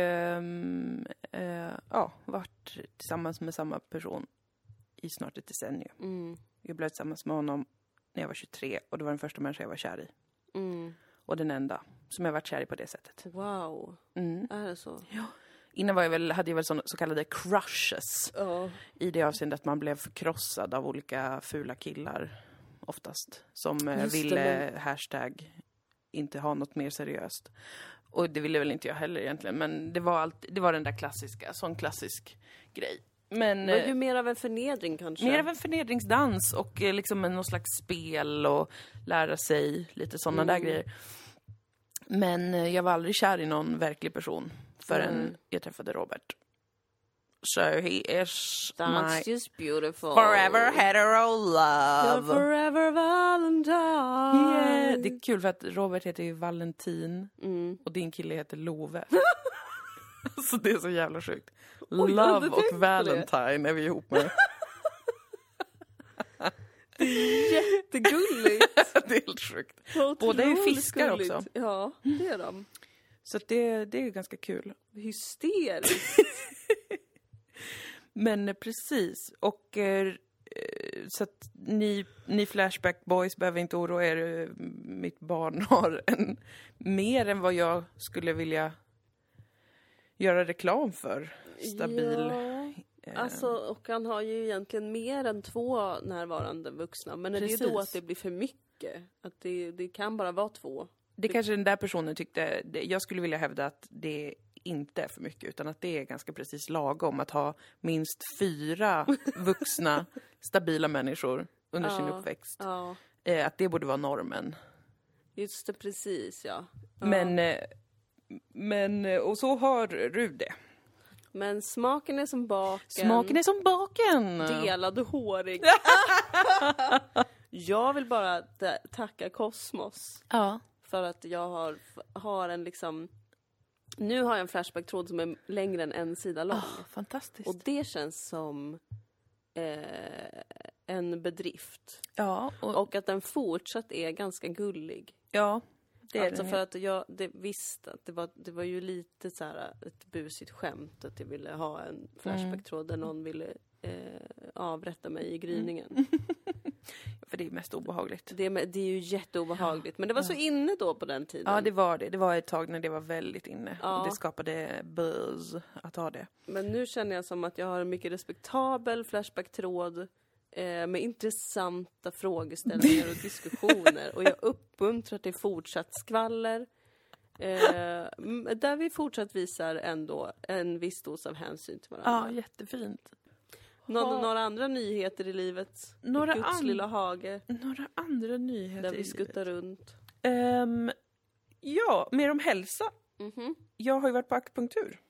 varit tillsammans med samma person i snart ett decennium. Jag blev tillsammans med honom när jag var 23 och det var den första människa jag var kär i. Och den enda som jag varit kär i på det sättet. Wow, är det så? Ja. Innan hade jag väl så kallade crushes. I det avseendet att man blev förkrossad av olika fula killar oftast. Som ville hashtag inte ha något mer seriöst. Och det ville väl inte jag heller egentligen. Men det var den där klassiska, sån klassisk grej. Men var ju mer av en förnedring kanske? Mer av en förnedringsdans och liksom någon slags spel och lära sig lite sådana där grejer. Men jag var aldrig kär i någon verklig person förrän jag träffade Robert. So he is That's just beautiful. Forever hetero love. You're forever Valentine. Yeah. Det är kul för att Robert heter ju Valentin och din kille heter Love. Så det är så jävla sjukt. Love och Valentine är vi ihop med. Det är jättegulligt. Det är helt sjukt. Båda är ju fiskar gulligt också. Ja, det är de. Så det är ganska kul. Hysteriskt. Men precis. Och så att ni Flashback Boys behöver inte oroa er. Mitt barn har mer än vad jag skulle vilja göra reklam för. Stabil. Ja, alltså, och han har ju egentligen mer än 2 närvarande vuxna. Men är det då att det blir för mycket? Att det kan bara vara 2? Det kanske den där personen tyckte. Jag skulle vilja hävda att det inte är för mycket. Utan att det är ganska precis lagom att ha minst 4 vuxna stabila människor under sin uppväxt. Ja. Att det borde vara normen. Just det, precis, ja. Men och så har Rude. Men smaken är som baken. Smaken är som baken. Delad och hårig. Jag vill bara tacka Kosmos. Ja. För att jag har en liksom... Nu har jag en Flashback-tråd som är längre än 1 sida lång. Fantastiskt. Och det känns som en bedrift. Ja. Och att den fortsatt är ganska gullig. Ja. Det är alltså den. För att jag visste att det var ju lite så här ett busigt skämt att jag ville ha en Flashback-tråd där någon ville avrätta mig i gryningen. För det är mest obehagligt. Det är ju jätteobehagligt. Men det var så inne då på den tiden. Ja, det var det. Det var ett tag när det var väldigt inne. Ja. Och det skapade buzz att ha det. Men nu känner jag som att jag har en mycket respektabel Flashback-tråd med intressanta frågeställningar och diskussioner. Och jag uppmuntrar till fortsatt skvaller. Där vi fortsatt visar ändå en viss dos av hänsyn till varandra. Ja, jättefint. Några andra nyheter i livet? Guds lilla hage. Några andra nyheter där vi skuttar runt. Ja, mer om hälsa. Jag har ju varit på akupunktur.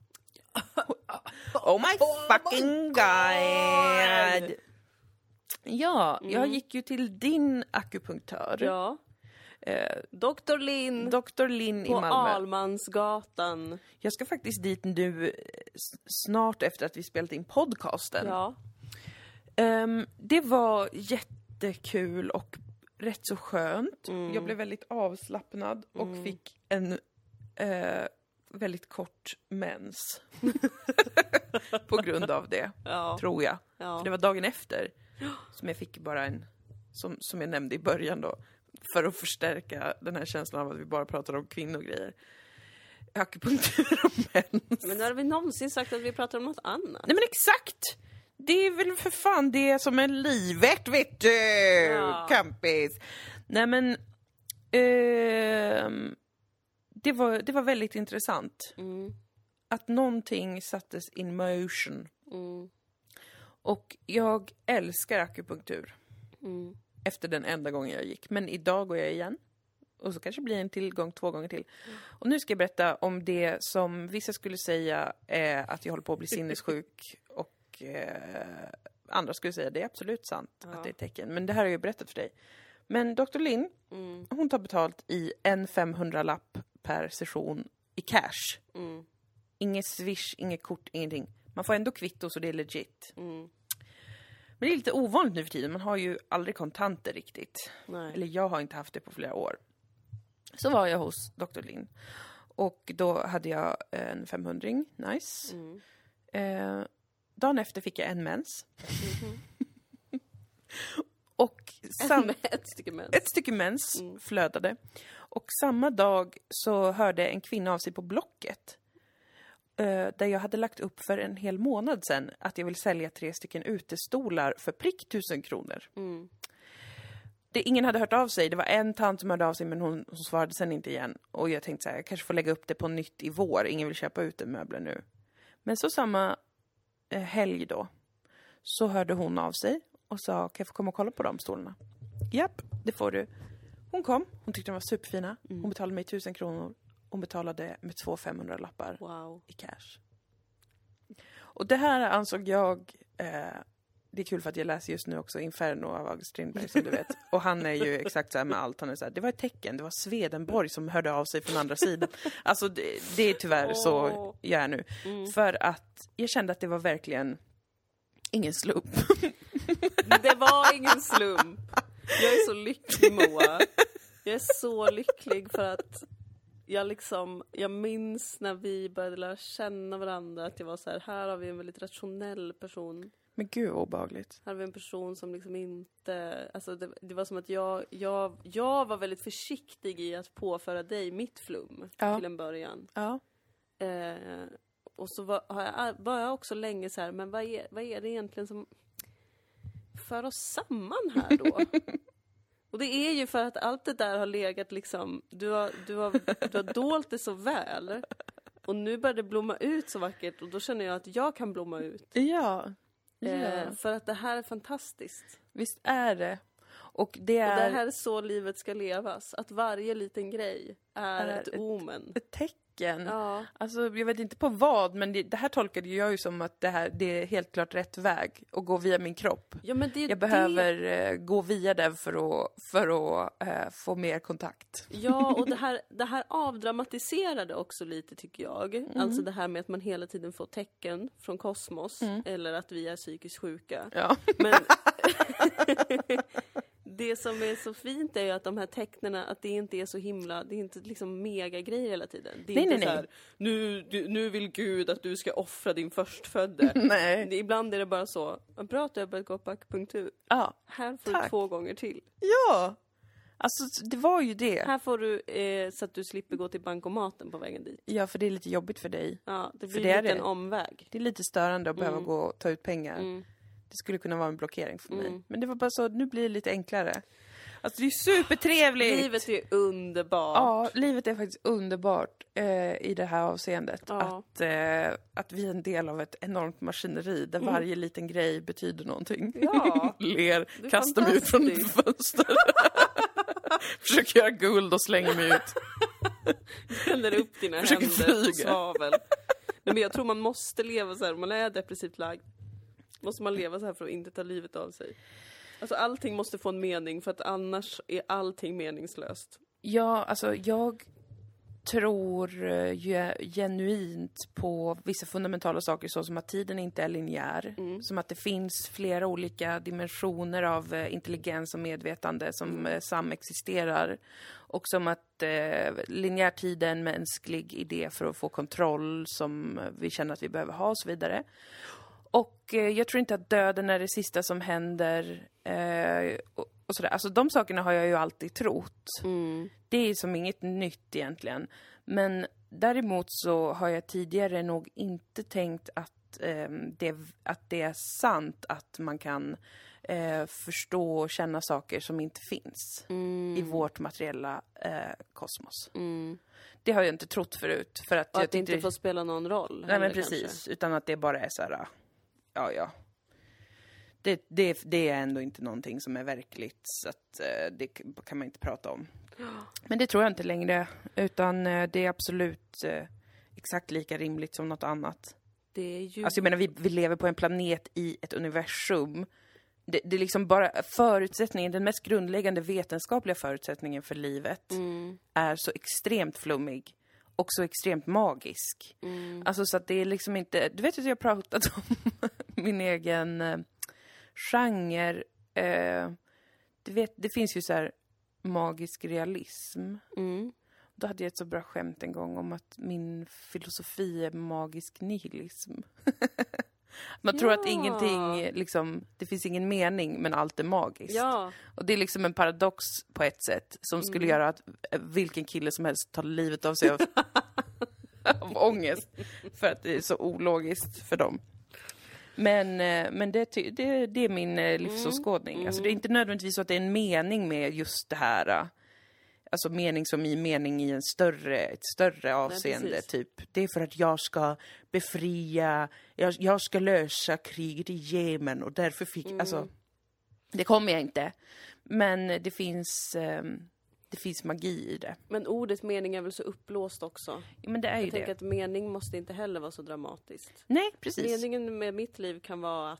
Oh my fucking god! Ja, jag gick ju till din akupunktör. Ja. Dr. Linn. Dr. Linn i Malmö. På Almansgatan. Jag ska faktiskt dit nu snart efter att vi spelat in podcasten. Ja. Det var jättekul och rätt så skönt. Jag blev väldigt avslappnad och fick en väldigt kort mens. På grund av det, tror jag. Ja. För det var dagen efter som jag fick bara som jag nämnde i början då. För att förstärka den här känslan av att vi bara pratar om kvinnogrejer. Akupunktur och mens. Men har vi någonsin sagt att vi pratar om något annat? Nej men exakt! Det är väl för fan det som är livet, vet du, campis. Nej men, det var väldigt intressant. Att någonting sattes in motion. Och jag älskar akupunktur. Efter den enda gången jag gick. Men idag går jag igen. Och så kanske blir en tillgång 2 gånger till. Och nu ska jag berätta om det som vissa skulle säga är att jag håller på att bli sinnessjuk. Och andra skulle säga det är absolut sant att det är ett tecken. Men det här har jag ju berättat för dig. Men Dr. Lin, hon tar betalt i en 500-lapp per session i cash. Inget swish, inget kort, ingenting. Man får ändå kvitto så det är legit. Men det är lite ovanligt nu för tiden. Man har ju aldrig kontanter riktigt. Nej. Eller jag har inte haft det på flera år. Så var jag hos Dr. Lin. Och då hade jag en 500-ring. Nice. Dagen efter fick jag en mens. Och ett stycke mens flödade. Och samma dag så hörde en kvinna av sig på Blocket. Där jag hade lagt upp för en hel månad sedan att jag vill sälja 3 stycken utestolar för prick 1000 kronor. Ingen hade hört av sig. Det var en tant som hörde av sig men hon svarade sen inte igen. Och jag tänkte så här, jag kanske får lägga upp det på nytt i vår. Ingen vill köpa ut möbler nu. Men så samma helg då så hörde hon av sig och sa, kan jag få komma och kolla på de stolarna? Japp, det får du. Hon kom, hon tyckte de var superfina. Hon betalade mig 1000 kronor. Hon betalade med 2 500-lappar i cash. Och det här ansåg jag... det är kul för att jag läser just nu också Inferno av August Strindberg, som du vet. Och han är ju exakt så här med allt. Han är så här, det var ett tecken, det var Swedenborg som hörde av sig från andra sidan. Alltså det är tyvärr så jag är nu. För att jag kände att det var verkligen ingen slump. Det var ingen slump. Jag är så lycklig, Moa. Jag är så lycklig för att jag minns när vi började lära känna varandra att jag var så här har vi en väldigt rationell person. Men gud, obehagligt. Här har vi en person som liksom inte, alltså det var som att jag var väldigt försiktig i att påföra dig mitt flum till en början. Ja. Och så var jag också länge så här, men vad är det egentligen som för oss samman här då? Och det är ju för att allt det där har legat liksom, du har dolt det så väl. Och nu börjar det blomma ut så vackert och då känner jag att jag kan blomma ut. Ja. För att det här är fantastiskt. Visst är det. Och det här är så livet ska levas. Att varje liten grej är ett omen. Ett tecken. Ja. Alltså, jag vet inte på vad, men det här tolkade jag ju som att det är helt klart rätt väg att gå via min kropp. Ja, men jag behöver gå via den för att få mer kontakt. Ja, och det här avdramatiserade också lite, tycker jag. Alltså det här med att man hela tiden får tecken från kosmos eller att vi är psykiskt sjuka. Ja. Men det som är så fint är ju att de här tecknarna, att det inte är så himla, det är inte liksom mega grejer hela tiden. Det är inte så här, nu vill Gud att du ska offra din förstfödde. Nej. Ibland är det bara så, bra att du har börjat gå på akupunktur. Ja, här får du 2 gånger till. Ja, alltså det var ju det. Här får du, så att du slipper gå till bankomaten på vägen dit. Ja, för det är lite jobbigt för dig. Ja, det blir lite en omväg. Det är lite störande att behöva gå och ta ut pengar. Det skulle kunna vara en blockering för mig. Men det var bara så, nu blir det lite enklare. Alltså det är supertrevligt. Livet är underbart. Ja, livet är faktiskt underbart i det här avseendet. Ja. Att vi är en del av ett enormt maskineri där varje liten grej betyder någonting. Ja. Ler, kastar mig ut från ett fönster. Försöker göra guld och slänger mig ut. Tänder upp dina händer på svavel. Nej, men jag tror man måste leva så här. Om man är depressivt lagd måste man leva så här för att inte ta livet av sig. Alltså allting måste få en mening för att annars är allting meningslöst. Ja, alltså jag tror genuint på vissa fundamentala saker så som att tiden inte är linjär. Som att det finns flera olika dimensioner av intelligens och medvetande som samexisterar. Och som att linjär tid är en mänsklig idé för att få kontroll som vi känner att vi behöver ha och så vidare. Och jag tror inte att döden är det sista som händer och sådär. Alltså de sakerna har jag ju alltid trott. Det är som inget nytt egentligen. Men däremot så har jag tidigare nog inte tänkt att det är sant att man kan förstå och känna saker som inte finns i vårt materiella kosmos. Det har jag inte trott förut. För att, att det inte får spela någon roll. Nej, men precis. Kanske. Utan att det bara är så här... Ja. det är ändå inte någonting som är verkligt, så att det kan man inte prata om. Men det tror jag inte längre, utan det är absolut exakt lika rimligt som något annat. Det är ju... Alltså jag menar, vi lever på en planet i ett universum. Det är liksom bara förutsättningen, den mest grundläggande vetenskapliga förutsättningen för livet är så extremt flummig och så extremt magisk. Alltså så att det är liksom inte... Du vet att jag har pratat om min egen genre. Du vet, det finns ju så här magisk realism. Då hade jag ett så bra skämt en gång om att min filosofi är magisk nihilism. Man tror att ingenting, liksom, det finns ingen mening, men allt är magiskt. Ja. Och det är liksom en paradox på ett sätt som skulle göra att vilken kille som helst tar livet av sig av ångest. För att det är så ologiskt för dem. Men det är min livsåskådning. Alltså det är inte nödvändigtvis så att det är en mening med just det här. Alltså mening i ett större avseende. Nej, typ. Det är för att jag ska befria, jag ska lösa kriget i Jemen och därför alltså, det kommer jag inte. Men det finns magi i det. Men ordets mening är väl så uppblåst också? Ja, men det är ju jag tänker att mening måste inte heller vara så dramatiskt. Nej, precis. Meningen med mitt liv kan vara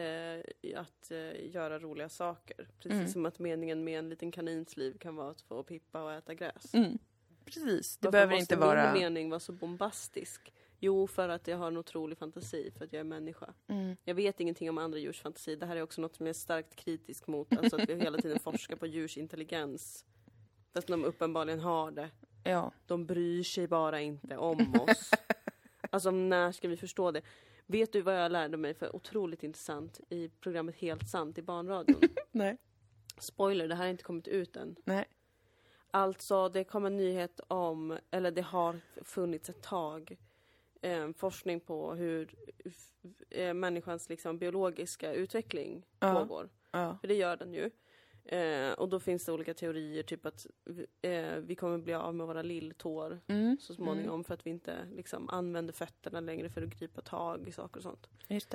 att göra roliga saker. Precis som att meningen med en liten kanins liv kan vara att få pippa och äta gräs. Precis, det behöver inte vara... Varför måste min mening vara så bombastisk? Jo, för att jag har en otrolig fantasi, för att jag är människa. Jag vet ingenting om andra djurs fantasi. Det här är också något som jag är starkt kritisk mot. Alltså att vi hela tiden forskar på djurs intelligens. Fast de uppenbarligen har det. Ja. De bryr sig bara inte om oss. Alltså när ska vi förstå det? Vet du vad jag lärde mig för otroligt intressant i programmet Helt sant i barnradion? Nej. Spoiler, det här har inte kommit ut än. Nej. Alltså det kom en nyhet om, eller det har funnits ett tag, forskning på hur människans liksom biologiska utveckling pågår. Ja. För det gör den ju. Och då finns det olika teorier, typ att vi kommer bli av med våra lilltår så småningom för att vi inte liksom använder fötterna längre för att gripa tag i saker och sånt. Just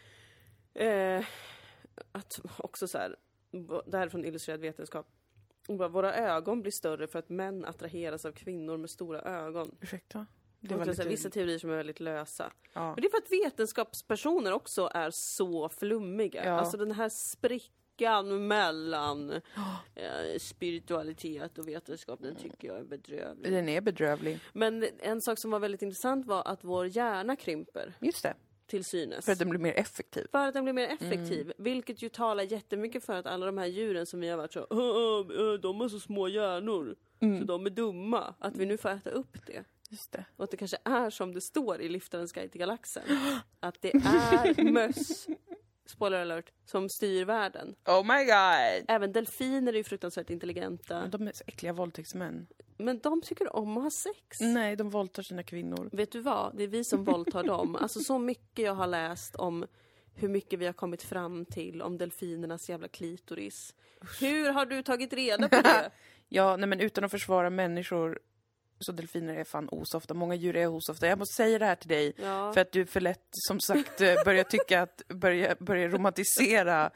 det. Att också så här, det här är från Illustrerad vetenskap. Våra ögon blir större för att män attraheras av kvinnor med stora ögon. Ursäkta? Det var lite... Vissa teorier som är väldigt lösa. Ja. Men det är för att vetenskapspersoner också är så flummiga. Ja. Alltså den här sprickan mellan spiritualitet och vetenskap, den tycker jag är bedrövlig. Den är bedrövlig. Men en sak som var väldigt intressant var att vår hjärna krymper. Just det. Till synes. För att den blir mer effektiv. För att den blir mer effektiv. Vilket ju talar jättemycket för att alla de här djuren som vi har varit så de har så små hjärnor. Så de är dumma. Att vi nu får äta upp det. Just det. Och att det kanske är som det står i Liftarens guide till galaxen. Att det är möss, spoiler alert, som styr världen. Oh my god! Även delfiner är ju fruktansvärt intelligenta. De är så äckliga våldtäktsmän. Men de tycker om att ha sex. Nej, de våldtar sina kvinnor. Vet du vad? Det är vi som våldtar dem. Alltså så mycket jag har läst om hur mycket vi har kommit fram till om delfinernas jävla klitoris. Hur har du tagit reda på det? Ja, nej men utan att försvara människor, så delfiner är fan osofta. Många djur är osofta. Jag måste säga det här till dig. Ja. För att du för lätt, som sagt, börjar tycka att... Börjar romantisera.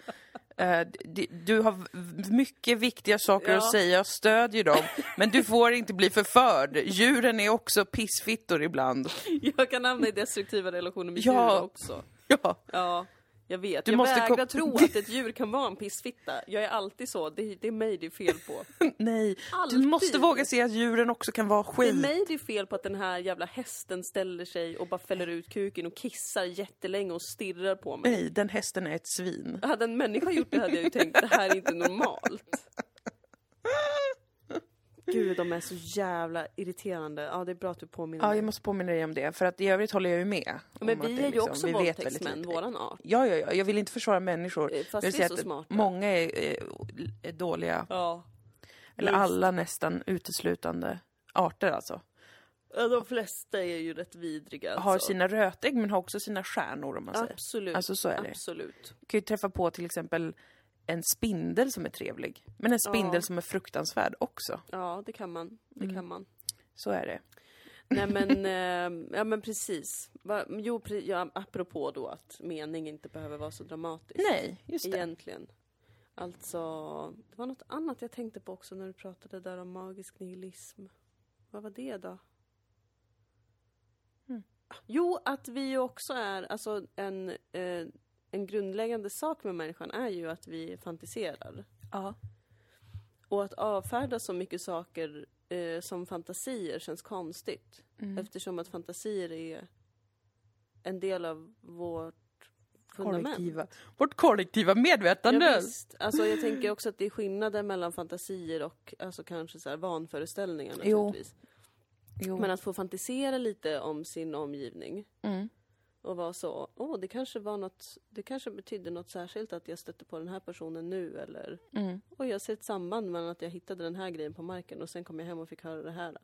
Du har mycket viktiga saker att säga. Jag stödjer dem. Men du får inte bli förförd. Djuren är också pissfittor ibland. Jag kan hamna i destruktiva relationer med djur också. Ja. Jag vet. Jag vägrar tro att ett djur kan vara en pissfitta. Jag är alltid så. Det är mig det är fel på. Nej, alltid. Du måste våga se att djuren också kan vara skit. Det är mig det är fel på att den här jävla hästen ställer sig och bara fäller ut kuken och kissar jättelänge och stirrar på mig. Nej, den hästen är ett svin. Hade en människa gjort det hade jag ju tänkt, det här är inte normalt. Gud, de är så jävla irriterande. Ja, det är bra att du påminner mig. Ja, jag måste påminna dig om det. För att i övrigt håller jag ju med. Men vi är ju också våldtäktsmän, våran art. Ja, jag vill inte försvara människor. Fast vi är så smarta. Många är dåliga. Ja. Eller alla nästan uteslutande arter alltså. Ja, de flesta är ju rätt vidriga. Alltså. Har sina rötägg men har också sina stjärnor om man säger. Absolut. Alltså så är det. Absolut. Du kan ju träffa på till exempel en spindel som är trevlig. Men en spindel som är fruktansvärd också. Ja, det kan man. Det kan man. Så är det. Nej men, ja men precis. Apropå då att mening inte behöver vara så dramatisk. Nej, just det. Egentligen. Alltså, det var något annat jag tänkte på också när du pratade där om magisk nihilism. Vad var det då? Jo, att vi ju också är, alltså en grundläggande sak med människan är ju att vi fantiserar. Ja. Och att avfärda så mycket saker som fantasier känns konstigt. Eftersom att fantasier är en del av vårt fundament. Vårt kollektiva medvetande. Ja, visst. Alltså jag tänker också att det är skillnader mellan fantasier och alltså kanske så här vanföreställningar naturligtvis. Jo. Men att få fantisera lite om sin omgivning. Och vara så, det kanske betydde något särskilt att jag stötte på den här personen nu. Eller, och jag ser ett samband mellan att jag hittade den här grejen på marken och sen kom jag hem och fick höra det här.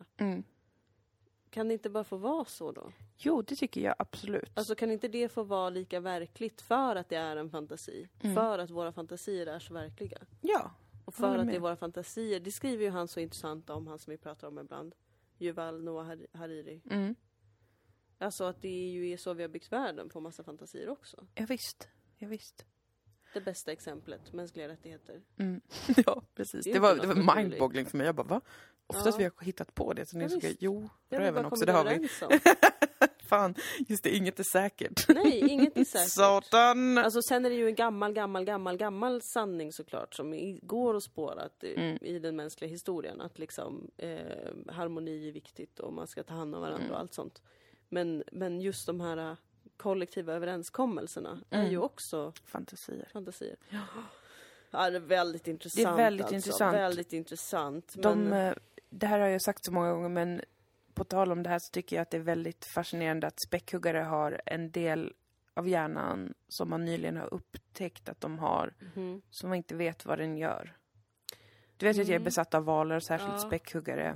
Kan det inte bara få vara så då? Jo, det tycker jag absolut. Alltså kan inte det få vara lika verkligt för att det är en fantasi? För att våra fantasier är så verkliga? Ja. Och för att det är våra fantasier, det skriver ju han så intressant om, han som vi pratar om ibland. Yuval Noah Hariri. Alltså att det är så vi har byggt världen på massa fantasier också. Ja visst. Det bästa exemplet, mänskliga rättigheter. Ja, precis. Det var mindboggling för mig. Jag bara, va? Oftast vi har hittat på det. Så ni ska, röven också, det har vi. Fan, just det, inget är säkert. Nej, inget är säkert. Satan! Alltså sen är det ju en gammal sanning såklart som går att spåra i den mänskliga historien. Att liksom harmoni är viktigt och man ska ta hand om varandra och allt sånt. Men just de här kollektiva överenskommelserna är ju också fantasier. Ja, det är väldigt intressant. Det är väldigt intressant. Väldigt intressant. Det här har jag sagt så många gånger, men på tal om det här så tycker jag att det är väldigt fascinerande att späckhuggare har en del av hjärnan som man nyligen har upptäckt att de har, som man inte vet vad den gör. Du vet att jag är besatt av valar, särskilt späckhuggare.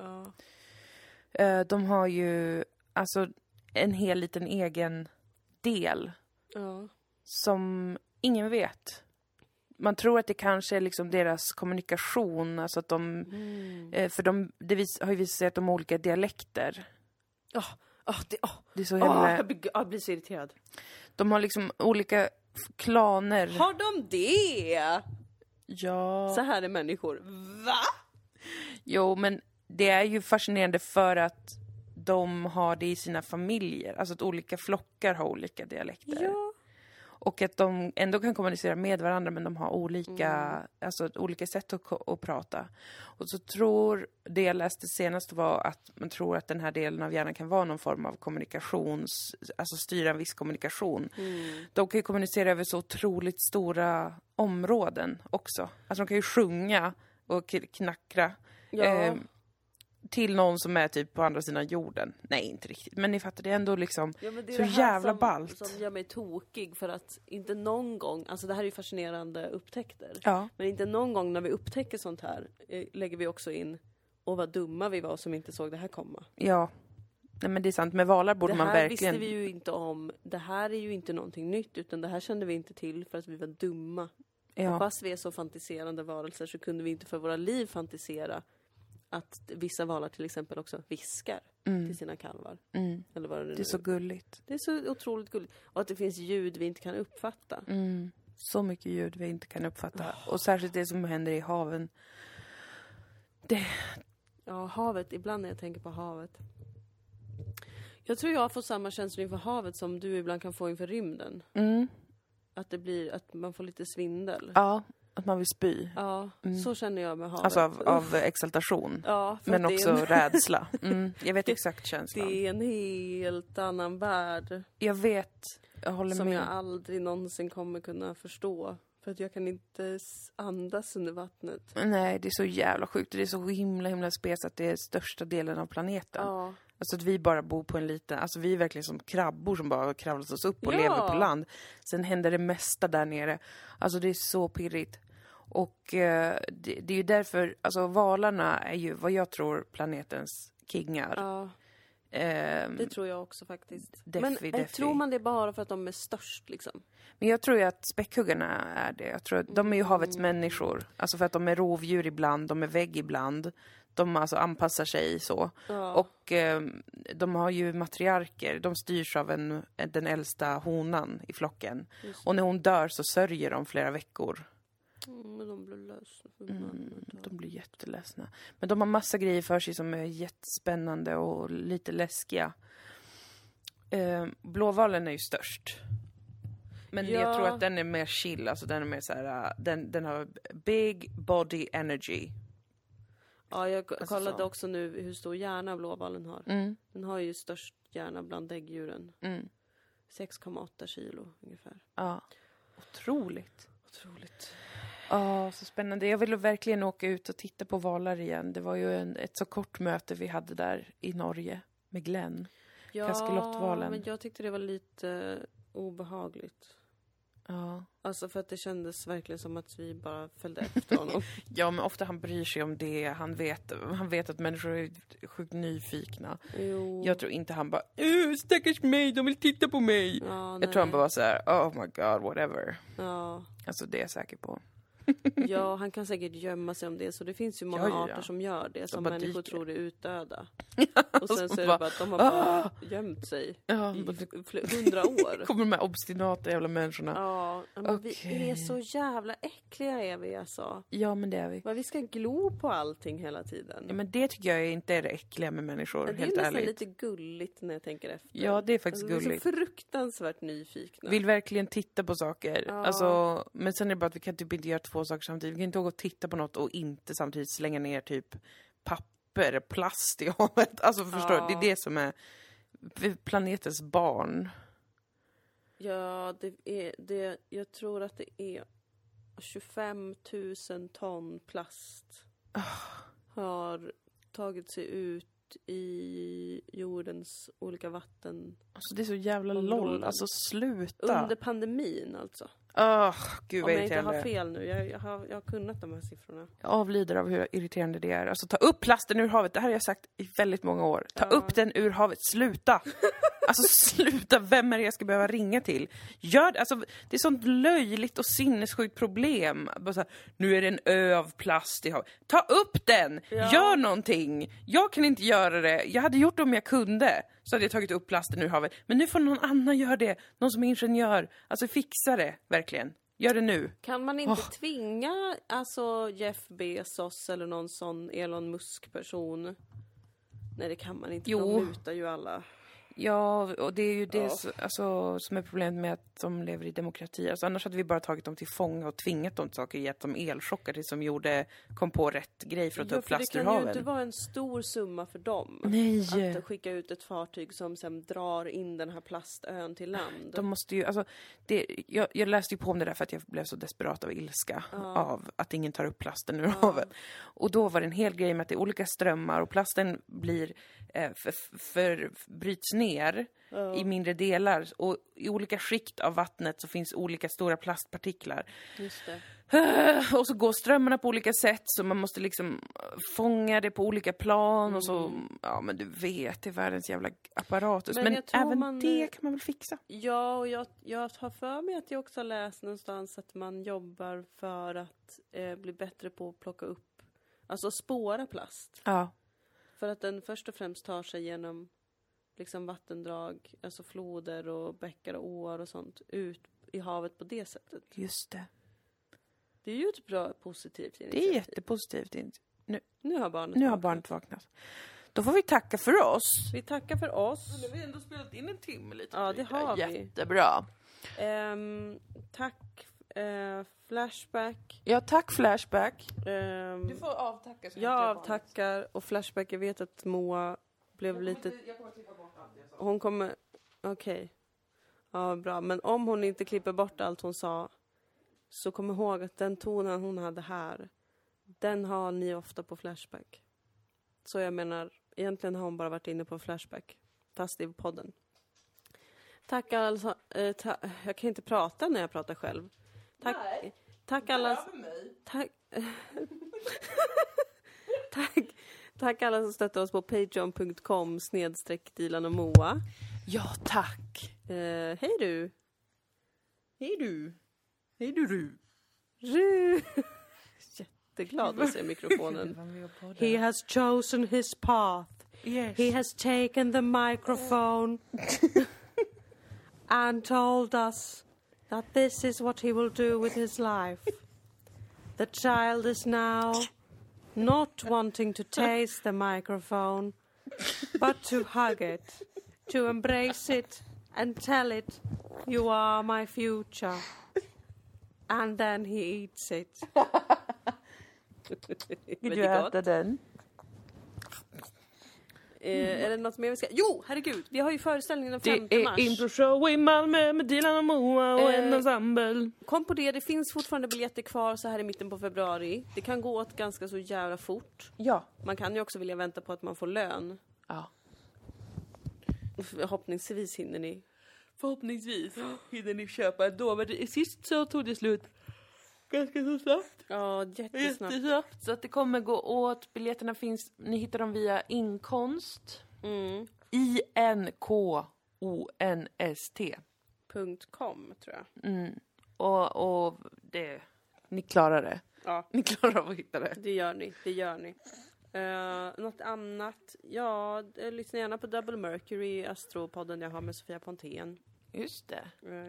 De har ju alltså en hel liten egen del som ingen vet. Man tror att det kanske är liksom deras kommunikation, alltså att de för det har ju visat sig att de har olika dialekter. Det är så himla... Jag blir så irriterad. De har liksom olika klaner. Har de det? Ja. Så här är människor. Va? Jo, men det är ju fascinerande för att de har det i sina familjer. Alltså att olika flockar har olika dialekter. Ja. Och att de ändå kan kommunicera med varandra, men de har olika sätt att prata. Och så det jag läste senast var att man tror att den här delen av hjärnan kan vara någon form av alltså styra en viss kommunikation. De kan ju kommunicera över så otroligt stora områden också. Alltså de kan ju sjunga och knackra. Ja. Till någon som är typ på andra sidan jorden. Nej, inte riktigt. Men ni fattar, det är ändå liksom så jävla ballt. Som gör mig tokig för att inte någon gång, alltså det här är ju fascinerande upptäckter. Ja. Men inte någon gång när vi upptäcker sånt här lägger vi också in, och vad dumma vi var som inte såg det här komma. Ja, nej men det är sant. Med valar borde man verkligen... Det här visste vi ju inte om. Det här är ju inte någonting nytt, utan det här kände vi inte till för att vi var dumma. Ja. Och fast vi är så fantiserande varelser så kunde vi inte för våra liv fantisera att vissa valar till exempel också viskar till sina kalvar. Eller vad det är så gulligt. Det är så otroligt gulligt. Och att det finns ljud vi inte kan uppfatta. Så mycket ljud vi inte kan uppfatta. Och särskilt det som händer i haven. Ja, havet. Ibland när jag tänker på havet. Jag tror jag får samma känsla inför havet som du ibland kan få inför rymden. Att man får lite svindel. Ja. Att man vill spy. Ja, så känner jag med havet. Alltså av exaltation. Ja, men också rädsla. Jag vet exakt känslan. Det är en helt annan värld. Jag vet. Jag håller som med. Jag aldrig någonsin kommer kunna förstå. För att jag kan inte andas under vattnet. Nej, det är så jävla sjukt. Det är så himla spes att det är största delen av planeten. Ja. Alltså att vi bara bor på en liten... Alltså vi är verkligen som krabbor som bara kravlat oss upp och lever på land. Sen händer det mesta där nere. Alltså det är så pirrigt. Och det är ju därför... Alltså valarna är ju vad jag tror planetens kingar. Ja. Det tror jag också faktiskt. Men tror man det bara för att de är störst liksom? Men jag tror ju att späckhuggarna är det. Jag tror att de är ju havets människor. Alltså för att de är rovdjur ibland, de är vägg ibland. De alltså anpassar sig så. Ja. Och de har ju matriarker. De styrs av den äldsta honan i flocken. Och när hon dör så sörjer de flera veckor. Men de blir ledsna. De blir jätteledsna. Men de har massa grejer för sig som är jättespännande och lite läskiga. Blåvalen är ju störst. Men jag tror att den är mer chill. Alltså den är mer så här, den har big body energy. Ja, jag kollade också nu hur stor hjärna blåvalen har. Den har ju störst hjärna bland däggdjuren. 6,8 kilo ungefär. Ja, otroligt. Ja, så spännande. Jag vill verkligen åka ut och titta på valar igen. Det var ju ett så kort möte vi hade där i Norge med Glenn. Kaskelottvalen. Men jag tyckte det var lite obehagligt. Ja. Alltså för att det kändes verkligen som att vi bara följde efter honom. Ja, men ofta han bryr sig om det. Han vet att människor är sjukt nyfikna. Jo. Jag tror inte han bara, stackars mig, de vill titta på mig. Ja, jag tror han bara var så här, oh my god, whatever. Ja. Alltså det är jag säker på. Ja, han kan säkert gömma sig om det. Så det finns ju många arter som gör det. Som människor tror är utdöda. Och sen så är det bara att de har bara gömt sig i 100 år. Kommer de här obstinata jävla människorna. Ja, men vi är så jävla äckliga är vi alltså. Ja, men det är vi. Vi ska glo på allting hela tiden. Ja, men det tycker jag inte är det äckliga med människor, helt ärligt. Det är nästan lite gulligt när jag tänker efter. Ja, det är faktiskt gulligt. Vi är så fruktansvärt nyfikna. Vill verkligen titta på saker. Ja. Alltså, men sen är det bara att vi kan typ inte göra 2 saker samtidigt. Vi kan inte åka och titta på något och inte samtidigt slänga ner typ plast i havet. Alltså förstår du? Det är det som är planetens barn. Ja, jag tror att det är 25 000 ton plast har tagit sig ut i jordens olika vatten. Alltså det är så jävla LOL. Alltså sluta. Under pandemin alltså. Gud vad irriterande. Om jag inte har fel nu. Jag har kunnat de här siffrorna. Jag avlider av hur irriterande det är. Alltså ta upp plasten ur havet. Det här har jag sagt i väldigt många år. Ta upp den ur havet. Sluta. Alltså sluta. Vem är det jag ska behöva ringa till? Alltså, det är sånt löjligt och sinnessjukt problem. Bara så här, nu är det en ö av plast i havet. Ta upp den. Ja. Gör någonting. Jag kan inte göra det. Jag hade gjort det om jag kunde. Så hade jag tagit upp plasten ur havet. Men nu får någon annan göra det. Någon som är ingenjör. Alltså fixa det, verkligen. Gör det nu. Kan man inte tvinga alltså Jeff Bezos eller någon sån Elon Musk-person? Nej, det kan man inte. De mutar ju alla. Ja, och det är ju det alltså, som är problemet med att de lever i demokrati. Alltså, annars hade vi bara tagit dem till fånga och tvingat dem till saker, gett dem elchockar till som kom på rätt grej för att ta upp plast ur haven. Det kan ju inte vara en stor summa för dem. Nej. Att skicka ut ett fartyg som sen drar in den här plastön till land. De måste ju, alltså, jag läste ju på om det där för att jag blev så desperat av ilska av att ingen tar upp plasten ur havet. Och då var det en hel grej med att det är olika strömmar och plasten blir bryts ner i mindre delar och i olika skikt av vattnet så finns olika stora plastpartiklar. Just det. Och så går strömmarna på olika sätt så man måste liksom fånga det på olika plan och så, ja men du vet, det är världens jävla apparatus. Men även det kan man väl fixa? Ja, och jag har för mig att jag också har läst någonstans att man jobbar för att bli bättre på att plocka upp, alltså spåra plast. Ja. För att den först och främst tar sig genom liksom vattendrag, alltså floder och bäckar och åar och sånt ut i havet på det sättet. Just det. Det är ju ett bra positivt initiativ. Det är jättepositivt. Nu har barnet vaknat. Då får vi tacka för oss. Vi tackar för oss. Nu har vi ändå spelat in en timme lite. Ja, det har vi. Jättebra. Tack Flashback. Ja, tack Flashback. Du får avtacka. Jag avtackar och Flashback, jag vet att Moa blev lite... Jag kommer klippa bort allt jag sa. Hon kommer... Okej. Ja, bra. Men om hon inte klipper bort allt hon sa så kom ihåg att den tonen hon hade här, den har ni ofta på Flashback. Så jag menar, egentligen har hon bara varit inne på Flashback. Tastiv-podden. Tack alltså. Jag kan inte prata när jag pratar själv. Tack. Nej. Tack alla. Tack. Tack alla som stöttar oss på patreon.com/Dilan och Moa. Ja, tack. Hej du. Hej du. Hej du. Jätteglad att se mikrofonen. He has chosen his path. Yes. He has taken the microphone and told us that this is what he will do with his life. The child is now not wanting to taste the microphone, but to hug it, to embrace it and tell it, you are my future. And then he eats it. Vill du äta den? Är det något mer vi ska... Jo, herregud, vi har ju föreställningen den 5 mars. Det är improshow i Malmö med Dilan och Moa och en ensemble. Kom på det finns fortfarande biljetter kvar så här i mitten på februari. Det kan gå åt ganska så jävla fort. Ja. Man kan ju också vilja vänta på att man får lön. Ja. Förhoppningsvis hinner ni. Förhoppningsvis hinner ni köpa då. Men sist så tog det slut ganska så snabbt. Ja, jättesnabbt. Så att det kommer gå åt. Biljetterna finns, ni hittar dem via Inkonst. INKONST.com tror jag. Och det, ni klarar det. Ja. Ni klarar av att hitta det. Det gör ni. Något annat? Ja, lyssna gärna på Double Mercury, Astropodden jag har med Sofia Pontén. Just det.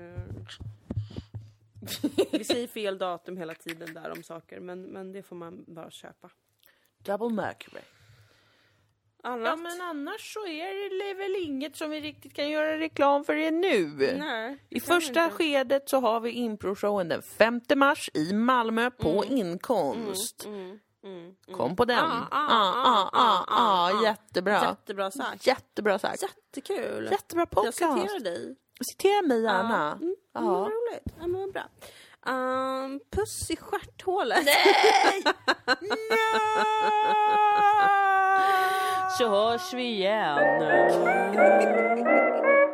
Vi säger fel datum hela tiden där om saker, men det får man bara köpa. Double Mercury. Annat? Ja, men annars så är det väl inget som vi riktigt kan göra reklam för det nu. Nej. I första skedet så har vi improshowen den 5 mars i Malmö på Inkonst. Kom på den. Jättebra. Jättebra sagt. Jättebra sagt. Jättekul. Jättebra podcast. Jag citerar dig. Citera mig gärna. Vad roligt. Ja, men vad bra. Puss i stjärthålet. Nej! Så hörs vi igen.